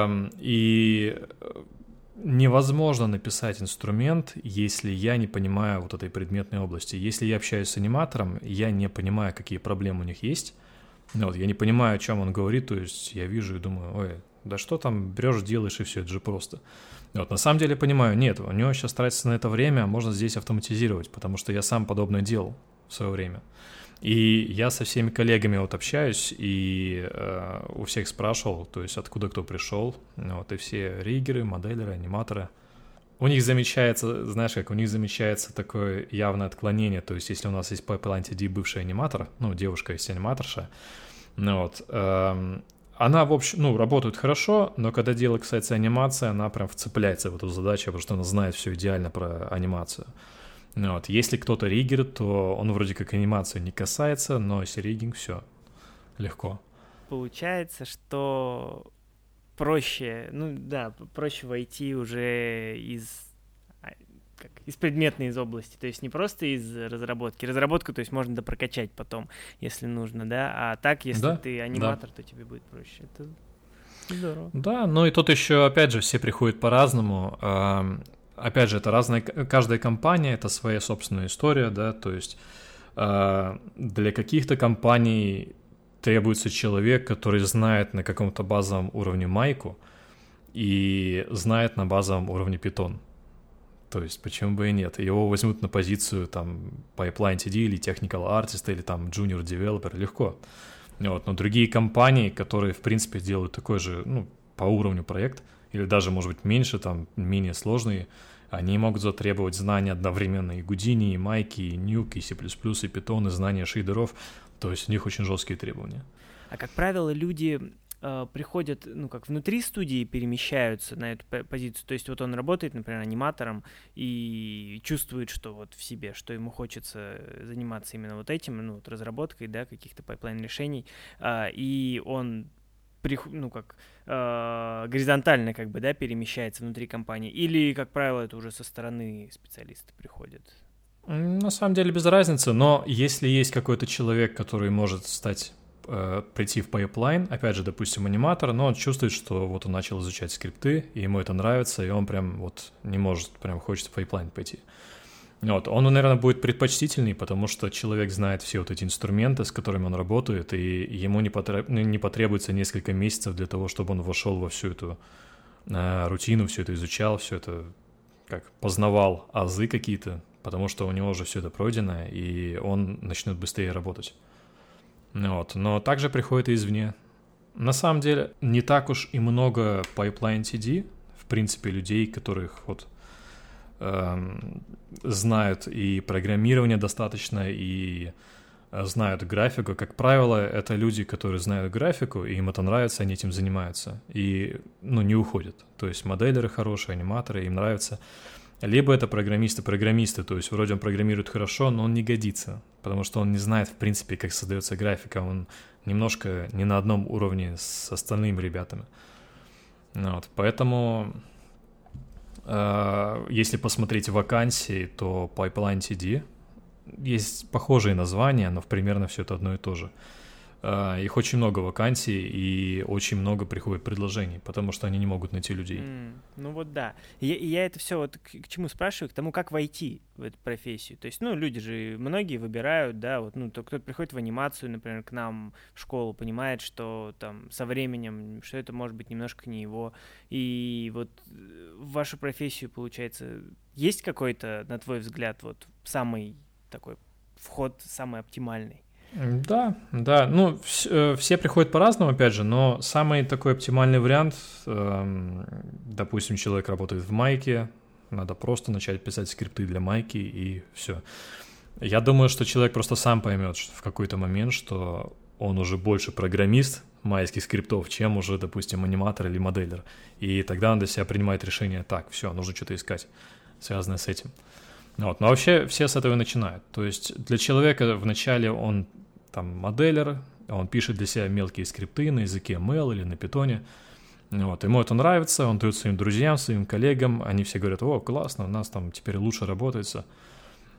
и невозможно написать инструмент, если я не понимаю вот этой предметной области. Если я общаюсь с аниматором, я не понимаю, какие проблемы у них есть. Ну вот, я не понимаю, о чем он говорит, то есть я вижу и думаю, ой, да что там, берешь, делаешь, и все, это же просто. Вот, на самом деле понимаю, нет, у него сейчас тратится на это время, можно здесь автоматизировать, потому что я сам подобное делал в свое время. И я со всеми коллегами вот общаюсь, и у всех спрашивал, то есть откуда кто пришел, вот, и все риггеры, моделеры, аниматоры. У них замечается, знаешь как, у них замечается такое явное отклонение, то есть если у нас есть Pipeline TD бывший аниматор, ну, девушка есть аниматорша, ну, вот, она, в общем, ну, работает хорошо, но когда дело касается анимации, она прям вцепляется в эту задачу, потому что она знает все идеально про анимацию. Ну, вот, если кто-то риггерит, то он вроде как анимацию не касается, но если риггинг, все, легко. Получается, что проще, ну да, проще войти уже из предметной из области, то есть не просто из разработки. Разработку, то есть можно допрокачать потом, если нужно, да, а так, если ты аниматор, то тебе будет проще. Это здорово. Да, ну и тут еще, опять же, все приходят по-разному. Опять же, это разная, каждая компания, это своя собственная история, да, то есть для каких-то компаний требуется человек, который знает на каком-то базовом уровне майку и знает на базовом уровне Python. То есть, почему бы и нет? Его возьмут на позицию там Pipeline TD или Technical Artist или там Junior Developer легко. Вот. Но другие компании, которые, в принципе, делают такой же, ну, по уровню проект, или даже, может быть, меньше, там, менее сложные, они могут затребовать знания одновременно и Houdini, и майки, и Nuke, и C++, и Python, и знания шейдеров. То есть у них очень жесткие требования. А как правило, люди приходят, ну, как внутри студии перемещаются на эту позицию. То есть вот он работает, например, аниматором и чувствует, что вот в себе, что ему хочется заниматься именно вот этим, ну, вот разработкой, да, каких-то пайплайн-решений, и он ну, как горизонтально, как бы, да, перемещается внутри компании, или, как правило, это уже со стороны специалисты приходят? На самом деле без разницы, но если есть какой-то человек, который может прийти в пайплайн, опять же, допустим, аниматор, но он чувствует, что вот он начал изучать скрипты, и ему это нравится, и он прям вот не может, прям хочет в пайплайн пойти. Вот, он, наверное, будет предпочтительней, потому что человек знает все вот эти инструменты, с которыми он работает, и ему не потребуется несколько месяцев для того, чтобы он вошел во всю эту рутину, все это изучал, все это как познавал азы какие-то, потому что у него уже все это пройдено, и он начнет быстрее работать. Вот. Но также приходит и извне. На самом деле, не так уж и много Pipeline TD, в принципе, людей, которых вот знают и программирование достаточно, и знают графику. Как правило, это люди, которые знают графику, и им это нравится, они этим занимаются. И, ну, не уходят. То есть моделеры хорошие, аниматоры, им нравится. Либо это программисты, то есть вроде он программирует хорошо, но он не годится, потому что он не знает, в принципе, как создается графика, он немножко не на одном уровне с остальными ребятами. Вот, поэтому, если посмотреть вакансии, то Pipeline TD, есть похожие названия, но примерно все это одно и то же. Их очень много вакансий и очень много приходит предложений, потому что они не могут найти людей. Ну вот да. Я это все вот к чему спрашиваю, к тому, как войти в эту профессию. То есть, ну, люди же, многие выбирают, да, вот, ну, кто-то приходит в анимацию, например, к нам в школу, понимает, что там со временем, что это может быть немножко не его. И вот в вашу профессию, получается, есть какой-то, на твой взгляд, вот самый такой вход, самый оптимальный? Да, ну, все приходят по-разному, опять же, но самый такой оптимальный вариант, допустим, человек работает в майке, надо просто начать писать скрипты для майки, и все. Я думаю, что человек просто сам поймет в какой-то момент, что он уже больше программист майских скриптов, чем уже, допустим, аниматор или моделер, и тогда он для себя принимает решение, так, все, нужно что-то искать, связанное с этим. Вот. Но вообще все с этого и начинают. То есть для человека вначале он там моделер, он пишет для себя мелкие скрипты на языке ML или на Python. Вот. Ему это нравится, он дает своим друзьям, своим коллегам, они все говорят, о, классно, у нас там теперь лучше работается.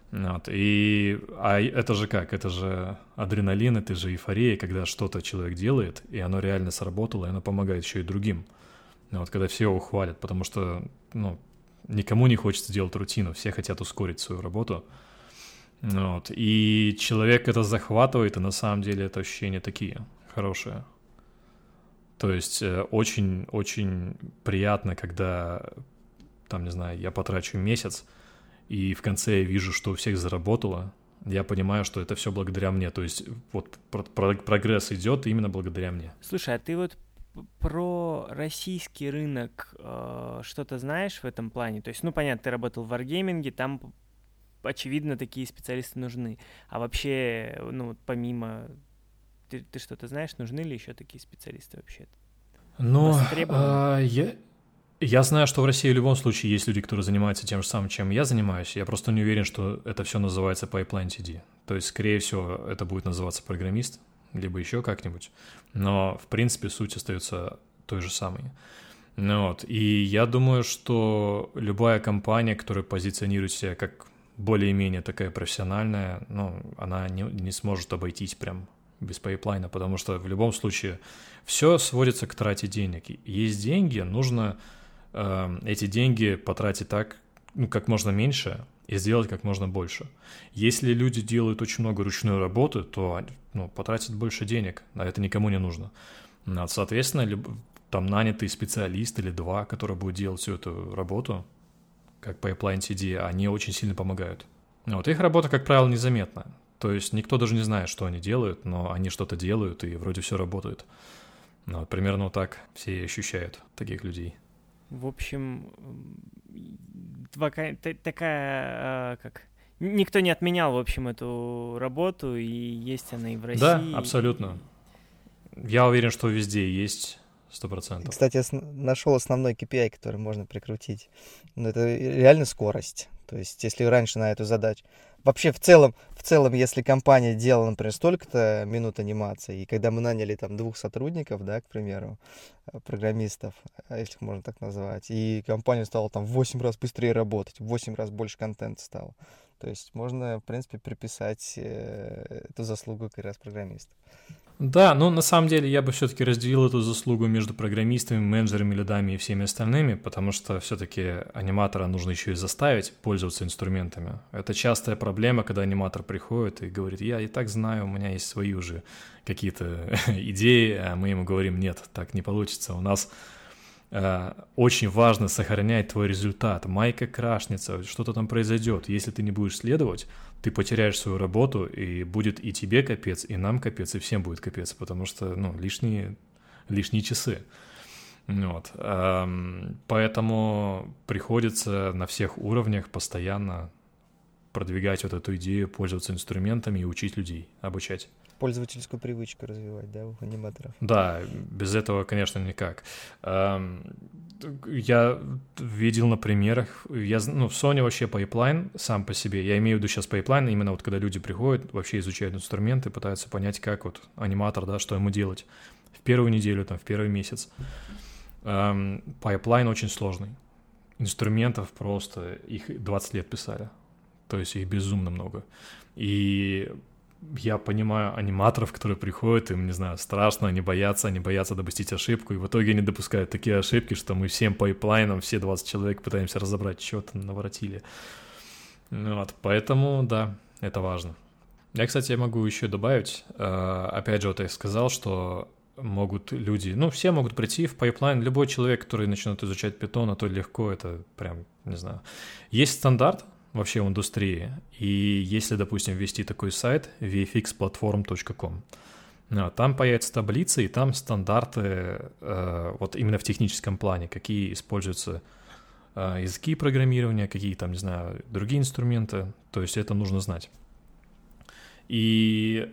Вот. Это же как? Это же адреналин, это же эйфория, когда что-то человек делает, и оно реально сработало, и оно помогает еще и другим. Вот, когда все его хвалят, потому что, никому не хочется делать рутину, все хотят ускорить свою работу. Вот. И человек это захватывает, и на самом деле это ощущения такие хорошие. То есть очень-очень приятно, когда, там, не знаю, я потрачу месяц, и в конце я вижу, что у всех заработало, я понимаю, что это все благодаря мне. То есть вот прогресс идет именно благодаря мне. Слушай, а ты вот про российский рынок что-то знаешь в этом плане? То есть, понятно, ты работал в варгейминге, там, очевидно, такие специалисты нужны. А вообще, помимо... Ты что-то знаешь, нужны ли еще такие специалисты вообще? Я знаю, что в России в любом случае есть люди, которые занимаются тем же самым, чем я занимаюсь. Я просто не уверен, что это все называется Pipeline TD. То есть, скорее всего, это будет называться программист, либо еще как-нибудь. Но, в принципе, суть остается той же самой. И я думаю, что любая компания, которая позиционирует себя как более-менее такая профессиональная, она не сможет обойтись прям без пайплайна, потому что в любом случае все сводится к трате денег. Есть деньги, нужно эти деньги потратить так, как можно меньше и сделать как можно больше. Если люди делают очень много ручной работы, то потратят больше денег, а это никому не нужно. Соответственно, там нанятый специалист или два, которые будут делать всю эту работу, как Pipeline TD, они очень сильно помогают. Их работа, как правило, незаметна. То есть никто даже не знает, что они делают, но они что-то делают, и вроде все работает. Примерно так все и ощущают таких людей. В общем, такая, никто не отменял, в общем, эту работу, и есть она и в России. Да, абсолютно. Я уверен, что везде есть 100%. Кстати, я нашел основной KPI, который можно прикрутить. Это реально скорость. То есть, если раньше на эту задачу... Вообще, в целом, если компания делала, например, столько-то минут анимации, и когда мы наняли там 2 сотрудников, да, к примеру, программистов, если их можно так назвать, и компания стала там в 8 раз быстрее работать, в 8 раз больше контента стало. То есть, можно, в принципе, приписать эту заслугу как раз программисту. Да, на самом деле я бы все-таки разделил эту заслугу между программистами, менеджерами, лидами и всеми остальными, потому что все-таки аниматора нужно еще и заставить пользоваться инструментами. Это частая проблема, когда аниматор приходит и говорит: я и так знаю, у меня есть свои уже какие-то идеи, а мы ему говорим: нет, так не получится, у нас очень важно сохранять твой результат. Майка крашнется, что-то там произойдет. Если ты не будешь следовать, ты потеряешь свою работу, и будет и тебе капец, и нам капец, и всем будет капец, потому что, лишние часы. Поэтому приходится на всех уровнях постоянно продвигать вот эту идею, пользоваться инструментами и учить людей, обучать. Пользовательскую привычку развивать, да, у аниматоров. Да, без этого, конечно, никак. Я видел на примерах, в Sony вообще пайплайн сам по себе, я имею в виду сейчас пайплайн, именно вот когда люди приходят, вообще изучают инструменты, пытаются понять, как вот аниматор, да, что ему делать в первую неделю, там, в первый месяц. Пайплайн очень сложный. Инструментов просто, их 20 лет писали, то есть их безумно много. И я понимаю аниматоров, которые приходят, им, не знаю, страшно, они боятся допустить ошибку, и в итоге они допускают такие ошибки, что мы всем пайплайном, все 20 человек пытаемся разобрать, что там наворотили. Поэтому, да, это важно. Я, кстати, могу еще добавить, опять же, вот я сказал, что могут люди, все могут прийти в пайплайн, любой человек, который начнет изучать Python, то легко, это прям, не знаю. Есть стандарт вообще в индустрии, и если, допустим, ввести такой сайт vfxplatform.com, там появятся таблицы, и там стандарты вот именно в техническом плане, какие используются языки программирования, какие там, не знаю, другие инструменты, то есть это нужно знать. И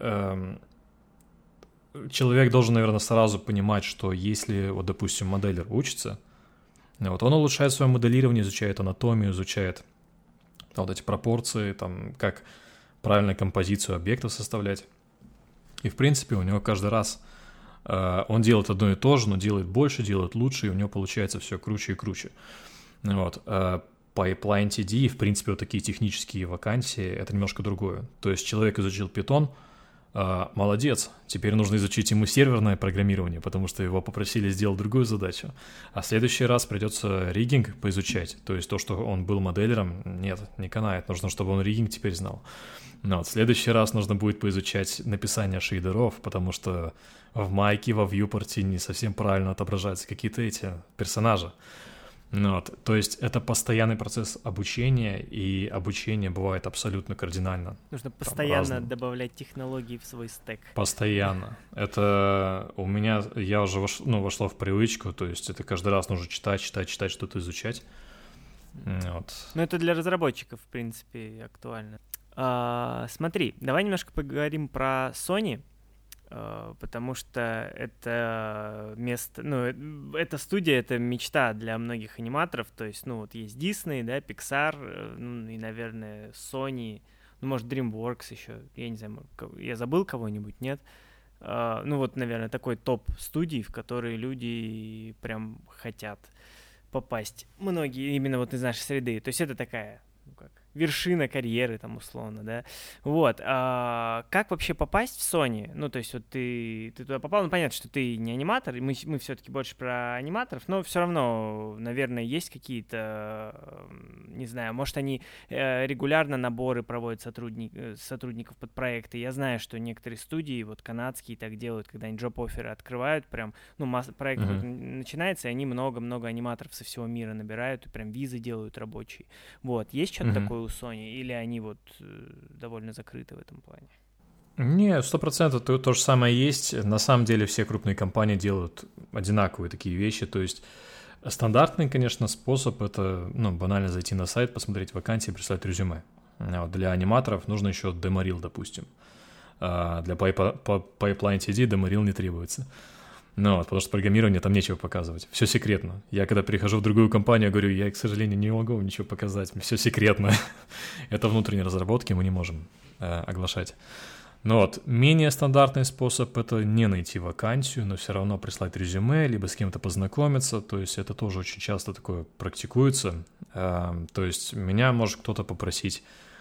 человек должен, наверное, сразу понимать, что если, вот, допустим, моделер учится, вот он улучшает свое моделирование, изучает анатомию, изучает вот эти пропорции, там, как правильно композицию объектов составлять. И, в принципе, у него каждый раз он делает одно и то же, но делает больше, делает лучше, и у него получается все круче и круче. Pipeline TD и, в принципе, вот такие технические вакансии — это немножко другое. То есть человек изучил Python, молодец, теперь нужно изучить ему серверное программирование, потому что его попросили сделать другую задачу. А в следующий раз придется риггинг поизучать, то есть то, что он был моделером, нет, не канает, нужно, чтобы он риггинг теперь знал. Но вот в следующий раз нужно будет поизучать написание шейдеров, потому что в майке, во вьюпорте не совсем правильно отображаются какие-то эти персонажи. Вот. То есть это постоянный процесс обучения, и обучение бывает абсолютно кардинально. Нужно постоянно добавлять технологии в свой стек. Постоянно. Это у меня, я уже вошло в привычку, то есть это каждый раз нужно читать, что-то изучать. Вот. Ну, это для разработчиков, в принципе, актуально. Смотри, давай немножко поговорим про Sony, потому что это место, эта студия, это мечта для многих аниматоров, то есть, вот есть Disney, да, Pixar, и, наверное, Sony, может, DreamWorks еще, я не знаю, я забыл кого-нибудь, нет? Наверное, такой топ студий, в которые люди прям хотят попасть. Многие именно из нашей среды, то есть это такая, вершина карьеры, там, условно, да. Вот. Как вообще попасть в Sony? То есть ты туда попал, понятно, что ты не аниматор, мы все-таки больше про аниматоров, но все равно, наверное, есть какие-то, не знаю, может, они регулярно наборы проводят сотрудников под проекты. Я знаю, что некоторые студии, канадские, так делают, когда они джоб-офферы открывают, прям, проект начинается, и они много-много аниматоров со всего мира набирают, и прям визы делают рабочие. Вот. Есть что-то такое у Sony, или они довольно закрыты в этом плане? Не, 100% то же самое есть. На самом деле все крупные компании делают одинаковые такие вещи. То есть стандартный, конечно, способ — это банально зайти на сайт, посмотреть вакансии, прислать резюме. Для аниматоров нужно еще деморил, допустим. Для Pipeline TD деморил не требуется. Потому что программирование там нечего показывать. Все секретно. Я когда перехожу в другую компанию, говорю, я, к сожалению, не могу ничего показать. Все секретно. Это внутренние разработки, мы не можем оглашать. Менее стандартный способ — это не найти вакансию, но все равно прислать резюме, либо с кем-то познакомиться. То есть это тоже очень часто такое практикуется. То есть меня может кто-то попросить,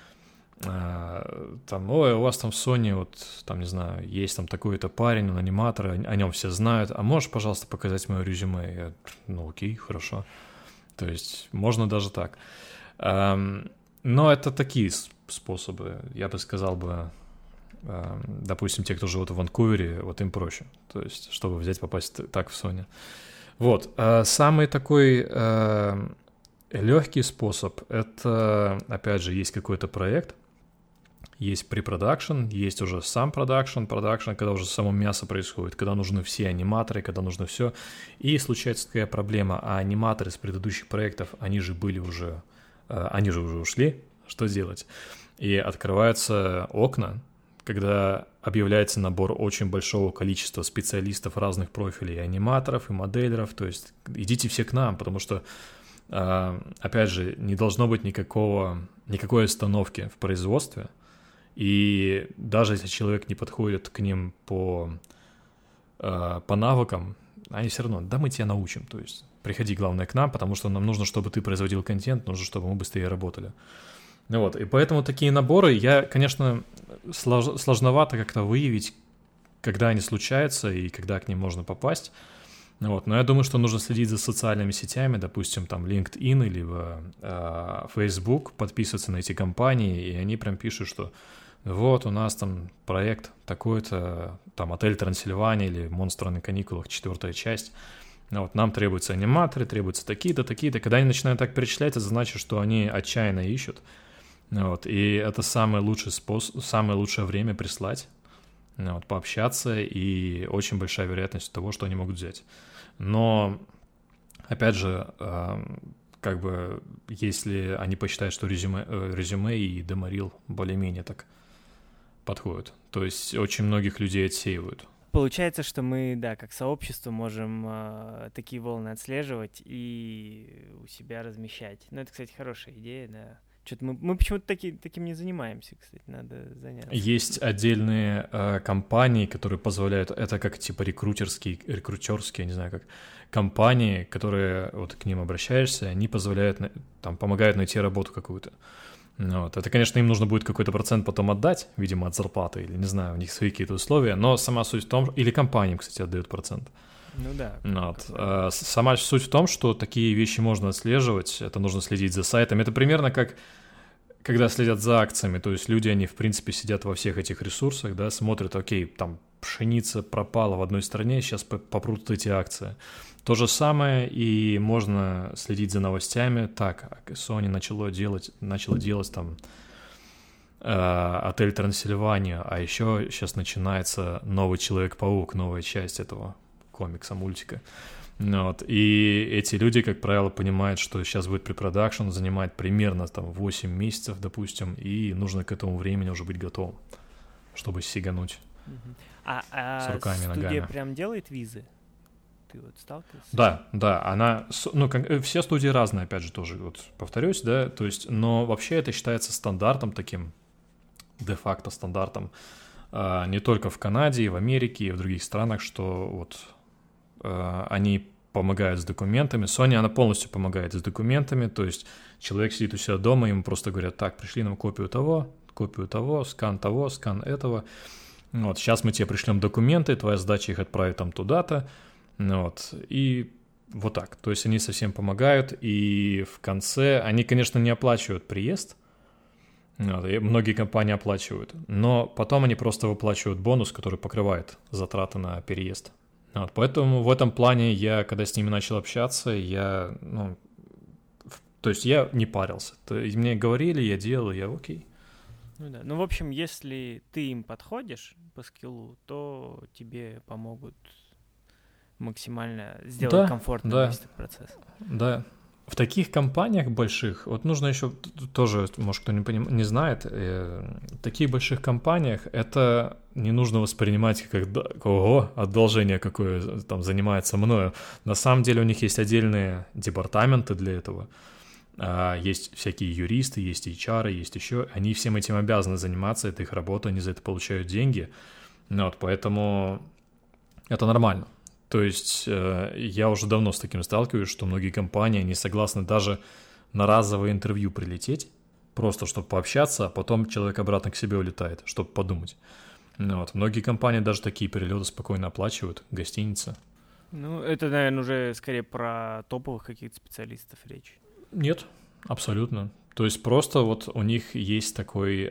ой, у вас там в Sony, не знаю, есть там такой-то парень, он аниматор, о нем все знают, а можешь, пожалуйста, показать мое резюме? Я, окей, хорошо. То есть можно даже так. Но это такие способы, я бы сказал допустим, те, кто живут в Ванкувере, им проще, то есть, чтобы взять, попасть так в Sony. Самый такой легкий способ — это, опять же, есть какой-то проект, есть препродакшн, есть уже сам продакшн, когда уже само мясо происходит, когда нужны все аниматоры, когда нужно все. И случается такая проблема, а аниматоры с предыдущих проектов, они же уже ушли, что делать? И открываются окна, когда объявляется набор очень большого количества специалистов разных профилей, аниматоров, и моделеров, то есть идите все к нам, потому что, опять же, не должно быть никакой остановки в производстве. И даже если человек не подходит к ним по навыкам, они все равно, мы тебя научим. То есть приходи, главное, к нам, потому что нам нужно, чтобы ты производил контент, нужно, чтобы мы быстрее работали. И поэтому такие наборы, конечно, сложновато как-то выявить, когда они случаются и когда к ним можно попасть. Но я думаю, что нужно следить за социальными сетями, допустим, там LinkedIn или Facebook, подписываться на эти компании, и они прям пишут, что у нас там проект такой-то, там «Отель Трансильвания» или «Монстры на каникулах», 4-я часть. Нам требуются аниматоры, требуются такие-то, такие-то. Когда они начинают так перечислять, это значит, что они отчаянно ищут. И это самый лучший способ, самое лучшее время прислать, пообщаться, и очень большая вероятность того, что они могут взять. Но, опять же, если они посчитают, что резюме и деморил более-менее так подходят, то есть очень многих людей отсеивают. Получается, что мы, как сообщество можем такие волны отслеживать и у себя размещать. Это, кстати, хорошая идея, да. Что-то мы почему-то таким не занимаемся, кстати, надо заняться. Есть отдельные компании, которые позволяют, это как типа рекрутерские, я не знаю как, компании, которые вот к ним обращаешься, они позволяют, там, помогают найти работу какую-то. Вот. Это, конечно, им нужно будет какой-то процент потом отдать, видимо, от зарплаты, или, не знаю, у них свои какие-то условия, но сама суть в том, или компаниям, кстати, отдают процент. Ну да. Вот. Сама суть в том, что такие вещи можно отслеживать, это нужно следить за сайтом. Это примерно как, когда следят за акциями, то есть люди, они, в принципе, сидят во всех этих ресурсах, да, смотрят, окей, там пшеница пропала в одной стране, сейчас попрут эти акции. То же самое, и можно следить за новостями. Так, Sony начала делать там отель Трансильвания, а еще сейчас начинается новый Человек-паук, новая часть этого комикса, мультика. Вот. И эти люди, как правило, понимают, что сейчас будет препродакшн, занимает примерно там 8 месяцев, допустим, и нужно к этому времени уже быть готовым, чтобы сигануть с руками и ногами. Студия прям делает визы? Ты вот сталкивался? Да, она, все студии разные, опять же, тоже, вот повторюсь, да, то есть, но вообще это считается стандартом таким, де-факто стандартом, не только в Канаде, и в Америке, и в других странах, что вот они помогают с документами. Sony, она полностью помогает с документами, то есть человек сидит у себя дома, ему просто говорят, так, пришли нам копию того, скан этого, вот, сейчас мы тебе пришлем документы, твоя задача их отправить там туда-то, вот, и вот так, то есть они совсем помогают, и в конце они, конечно, не оплачивают приезд, вот, и многие компании оплачивают, но потом они просто выплачивают бонус, который покрывает затраты на переезд. Вот, поэтому в этом плане я, когда с ними начал общаться, то есть я не парился. Мне говорили, я делал, я окей. Ну да, ну в общем, если ты им подходишь по скиллу, то тебе помогут максимально сделать комфортным весь этот процесс. Да. В таких компаниях больших, вот нужно еще тоже, может, кто не знает, в таких больших компаниях это не нужно воспринимать как ого, одолжение какое там занимается мною. На самом деле у них есть отдельные департаменты для этого. Есть всякие юристы, есть HR, есть еще. Они всем этим обязаны заниматься, это их работа, они за это получают деньги. Вот, поэтому это нормально. То есть я уже давно с таким сталкиваюсь, что многие компании не согласны даже на разовое интервью прилететь, просто чтобы пообщаться, а потом человек обратно к себе улетает, чтобы подумать. Вот. Многие компании даже такие перелеты спокойно оплачивают, гостиницы. Ну, это, наверное, уже скорее про топовых каких-то специалистов речь. Нет, абсолютно. То есть просто вот у них есть такое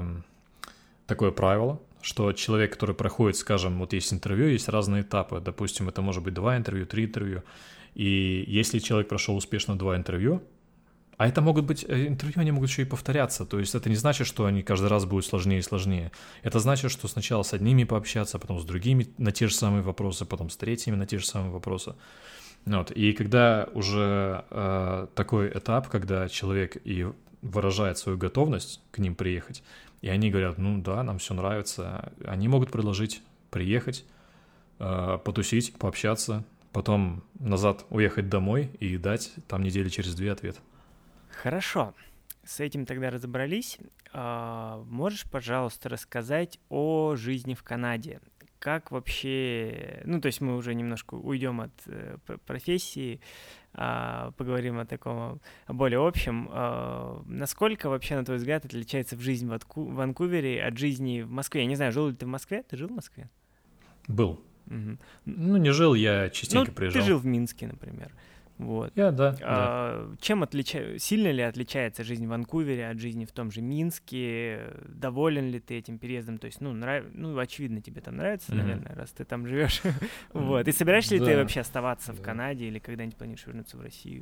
правило, что человек, который проходит, скажем, вот есть интервью, есть разные этапы. Допустим, это может быть 2 интервью, 3 интервью. И если человек прошел успешно 2 интервью, а это могут быть интервью, они могут еще и повторяться. То есть это не значит, что они каждый раз будут сложнее и сложнее. Это значит, что сначала с одними пообщаться, потом с другими на те же самые вопросы, потом с третьими на те же самые вопросы. Вот. И когда уже такой этап, когда человек и выражает свою готовность к ним приехать, и они говорят, ну да, нам все нравится, они могут предложить приехать, потусить, пообщаться, потом назад уехать домой и дать там недели через 2 ответ. Хорошо, с этим тогда разобрались. Можешь, пожалуйста, рассказать о жизни в Канаде? Как вообще, ну, то есть мы уже немножко уйдем от профессии, поговорим о таком более общем. Насколько вообще, на твой взгляд, отличается жизнь в Ванкувере от жизни в Москве? Я не знаю, жил ли ты в Москве? Ты жил в Москве? Был. Угу. Ну, не жил, я частенько приезжал. Ты жил в Минске, например. Вот. Я, да. Чем сильно ли отличается жизнь в Ванкувере от жизни в том же Минске? Доволен ли ты этим переездом? То есть, очевидно, тебе там нравится, наверное, раз ты там живешь. Вот. И собираешься ли ты вообще оставаться в Канаде или когда-нибудь планируешь вернуться в Россию?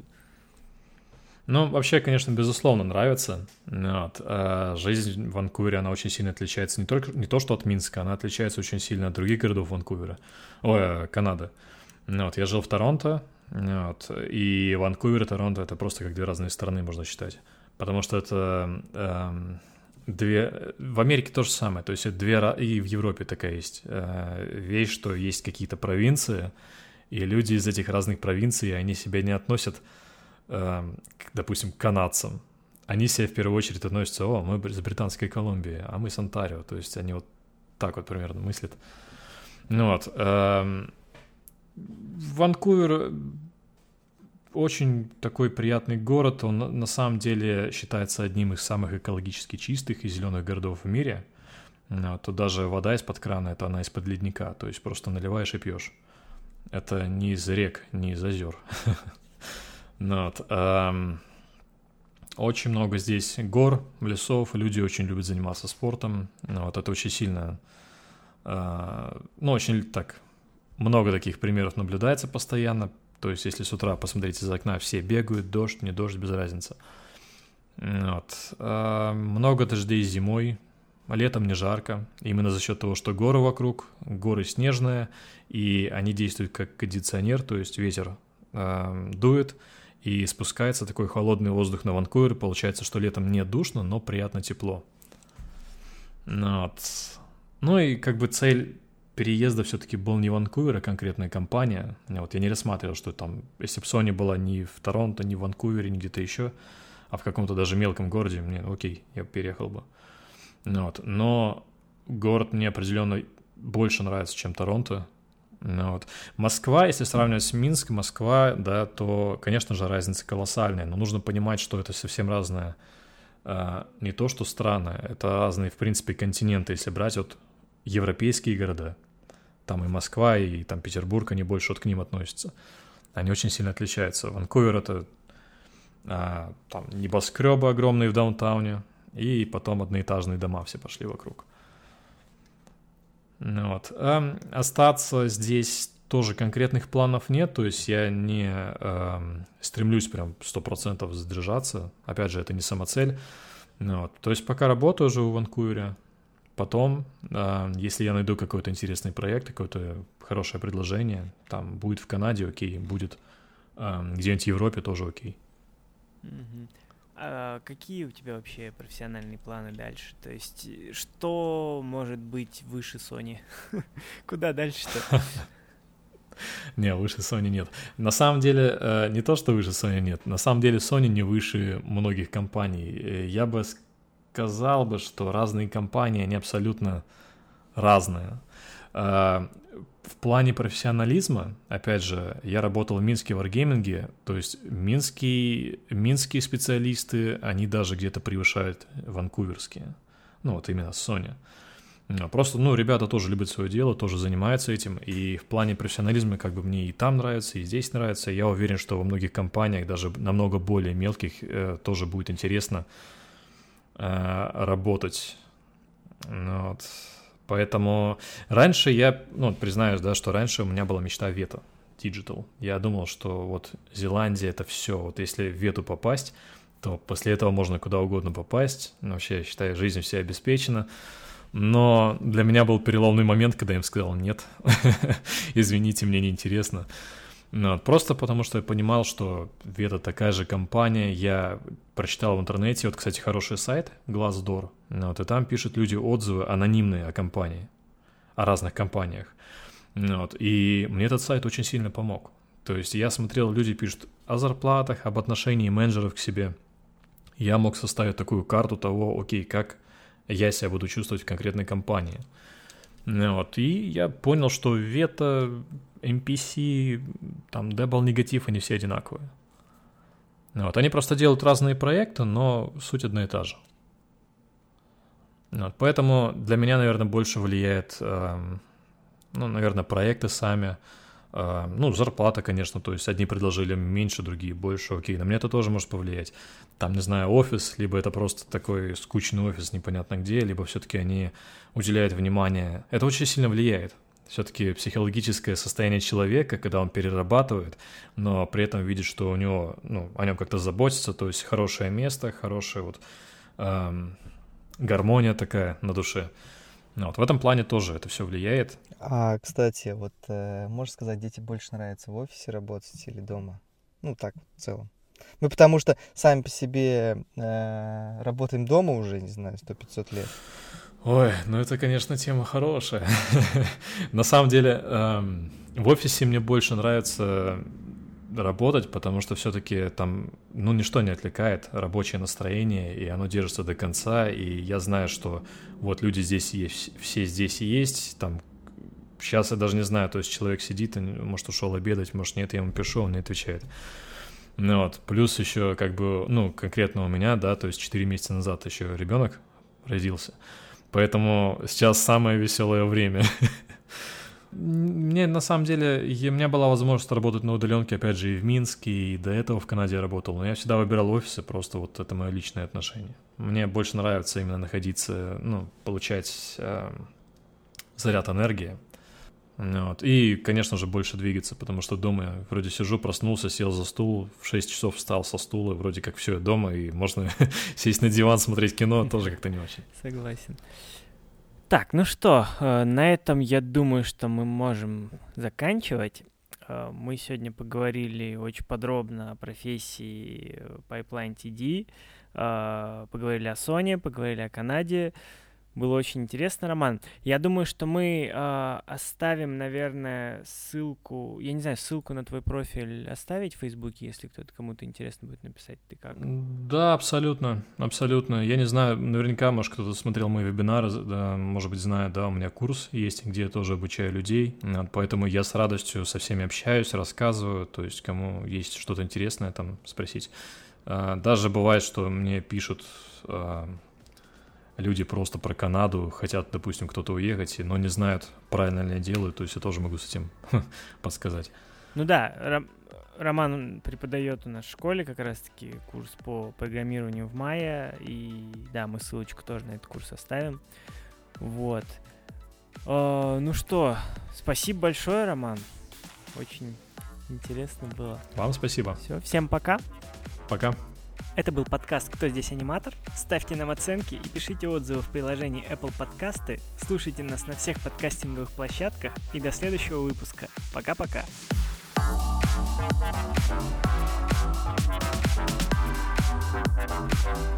Ну, вообще, конечно, безусловно, нравится. Вот. Жизнь в Ванкувере, она очень сильно отличается не то, что от Минска, она отличается очень сильно от других городов Канады. Вот. Я жил в Торонто. Вот. И Ванкувер и Торонто — это просто как 2 разные страны, можно считать. Потому что это в Америке то же самое. То есть это и в Европе такая есть вещь, что есть какие-то провинции, и люди из этих разных провинций, они себя не относят, допустим, к канадцам. они себе в первую очередь относятся: о, мы из Британской Колумбии, а мы с Онтарио. То есть они вот так вот примерно мыслят. Ну вот. Ванкувер очень такой приятный город. Он на самом деле считается одним из самых экологически чистых и зеленых городов в мире. Тут даже вода из-под крана, это она из-под ледника. То есть просто наливаешь и пьешь. Это не из рек, не из озер. Очень много здесь гор, лесов. Люди очень любят заниматься спортом. Вот это очень сильно... очень так... Много таких примеров наблюдается постоянно. То есть, если с утра посмотреть из окна, все бегают, дождь, не дождь, без разницы. Много дождей зимой, летом не жарко. Именно за счет того, что горы вокруг, горы снежные, и они действуют как кондиционер, то есть ветер дует, и спускается такой холодный воздух на Ванкувер. Получается, что летом не душно, но приятно тепло. Ну и как бы цель переезда все-таки был не Ванкувер, а конкретная компания. Вот я не рассматривал, что там, если бы Sony была не в Торонто, не в Ванкувере, не где-то еще, а в каком-то даже мелком городе, мне окей, я бы переехал бы. Но город мне определенно больше нравится, чем Торонто. Москва, если сравнивать с Минском, Москва, да, то, конечно же, разница колоссальная, но нужно понимать, что это совсем разное. Не то, что страны, это разные, в принципе, континенты, если брать вот европейские города. Там и Москва, и там Петербург, они больше вот к ним относятся. Они очень сильно отличаются. Ванкувер — это там небоскребы огромные в даунтауне, и потом одноэтажные дома все пошли вокруг. Остаться здесь тоже конкретных планов нет, то есть я не стремлюсь прям 100% задержаться. Опять же, это не самоцель. То есть пока работаю уже в Ванкувере. Потом, если я найду какой-то интересный проект, какое-то хорошее предложение, там будет в Канаде окей, будет где-нибудь в Европе тоже окей. А какие у тебя вообще профессиональные планы дальше? То есть что может быть выше Sony? Куда дальше-то? Не, выше Sony нет. На самом деле, не то, что выше Sony нет. На самом деле Sony не выше многих компаний. Я бы сказал бы, что разные компании, они абсолютно разные. В плане профессионализма, опять же, я работал в Минске в Wargaming, то есть минские специалисты, они даже где-то превышают ванкуверские. Вот именно Sony. Просто, ребята тоже любят свое дело, тоже занимаются этим, и в плане профессионализма как бы мне и там нравится, и здесь нравится. Я уверен, что во многих компаниях, даже намного более мелких, тоже будет интересно работать. Поэтому раньше я, признаюсь, да, что раньше у меня была мечта Вето Digital. Я думал, что вот Зеландия — это все. Вот если в Вету попасть, то после этого можно куда угодно попасть. Вообще, я считаю, жизнь вся обеспечена. Но для меня был переломный момент, когда я им сказал: нет, извините, мне неинтересно. Просто потому, что я понимал, что Вето такая же компания. Я прочитал в интернете, вот, кстати, хороший сайт Glassdoor, и там пишут люди отзывы анонимные о компании, о разных компаниях. И мне этот сайт очень сильно помог. То есть я смотрел, люди пишут о зарплатах, об отношении менеджеров к себе. Я мог составить такую карту того, окей, как я себя буду чувствовать в конкретной компании. И я понял, что Вето, MPC, там, Double Negative, они все одинаковые. Они просто делают разные проекты, но суть одна и та же. Поэтому для меня, наверное, больше влияет, наверное, проекты сами. Зарплата, конечно, то есть одни предложили меньше, другие больше, окей, на меня это тоже может повлиять. Там, не знаю, офис, либо это просто такой скучный офис непонятно где, либо все-таки они уделяют внимание. Это очень сильно влияет. Все-таки психологическое состояние человека, когда он перерабатывает, но при этом видит, что у него, о нем как-то заботятся, то есть хорошее место, хорошая гармония такая на душе. В этом плане тоже это все влияет. Кстати, можешь сказать, где тебе больше нравится, в офисе работать или дома? Так в целом. Мы потому что сами по себе работаем дома уже, не знаю, 100-500 лет. Ой, это, конечно, тема хорошая. На самом деле, в офисе мне больше нравится работать, потому что все-таки там, ну, ничто не отвлекает, рабочее настроение, и оно держится до конца, и я знаю, что вот люди здесь есть, все здесь и есть, там, сейчас я даже не знаю, то есть человек сидит, может, ушел обедать, может, нет, я ему пишу, он не отвечает. Ну вот, плюс еще как бы, ну, конкретно у меня, да, то есть 4 месяца назад еще ребенок родился, поэтому сейчас самое веселое время. Мне, на самом деле, у меня была возможность работать на удаленке, опять же, и в Минске, и до этого в Канаде работал, но я всегда выбирал офисы, просто вот это мое личное отношение. Мне больше нравится именно находиться, ну, получать заряд энергии, вот. И, конечно же, больше двигаться, потому что дома я вроде сижу, проснулся, сел за стул, в 6 часов встал со стула, вроде как все, дома, и можно сесть на диван, смотреть кино, тоже как-то не очень. Согласен. Так, ну что, на этом я думаю, что мы можем заканчивать. Мы сегодня поговорили очень подробно о профессии Pipeline TD, поговорили о Соне, поговорили о Канаде. Было очень интересно, Роман. Я думаю, что мы оставим, наверное, ссылку, я не знаю, ссылку на твой профиль оставить в Фейсбуке, если кто-то кому-то интересно будет написать. Ты как? Да, абсолютно, абсолютно. Я не знаю, наверняка, может, кто-то смотрел мои вебинары, да, может быть, знает, да, у меня курс есть, где я тоже обучаю людей, вот, поэтому я с радостью со всеми общаюсь, рассказываю, то есть кому есть что-то интересное, там, спросить. Даже бывает, что мне пишут... люди просто про Канаду, хотят, допустим, кто-то уехать, но не знают, правильно ли я делаю, то есть я тоже могу с этим подсказать. Ну да, Роман преподает у нас в школе как раз-таки курс по программированию в Maya, и да, мы ссылочку тоже на этот курс оставим. Вот. Ну что, спасибо большое, Роман. Очень интересно было. Вам спасибо. Все, всем пока. Пока. Это был подкаст «Кто здесь аниматор?». Ставьте нам оценки и пишите отзывы в приложении Apple Подкасты. Слушайте нас на всех подкастинговых площадках. И до следующего выпуска. Пока-пока. Thank you.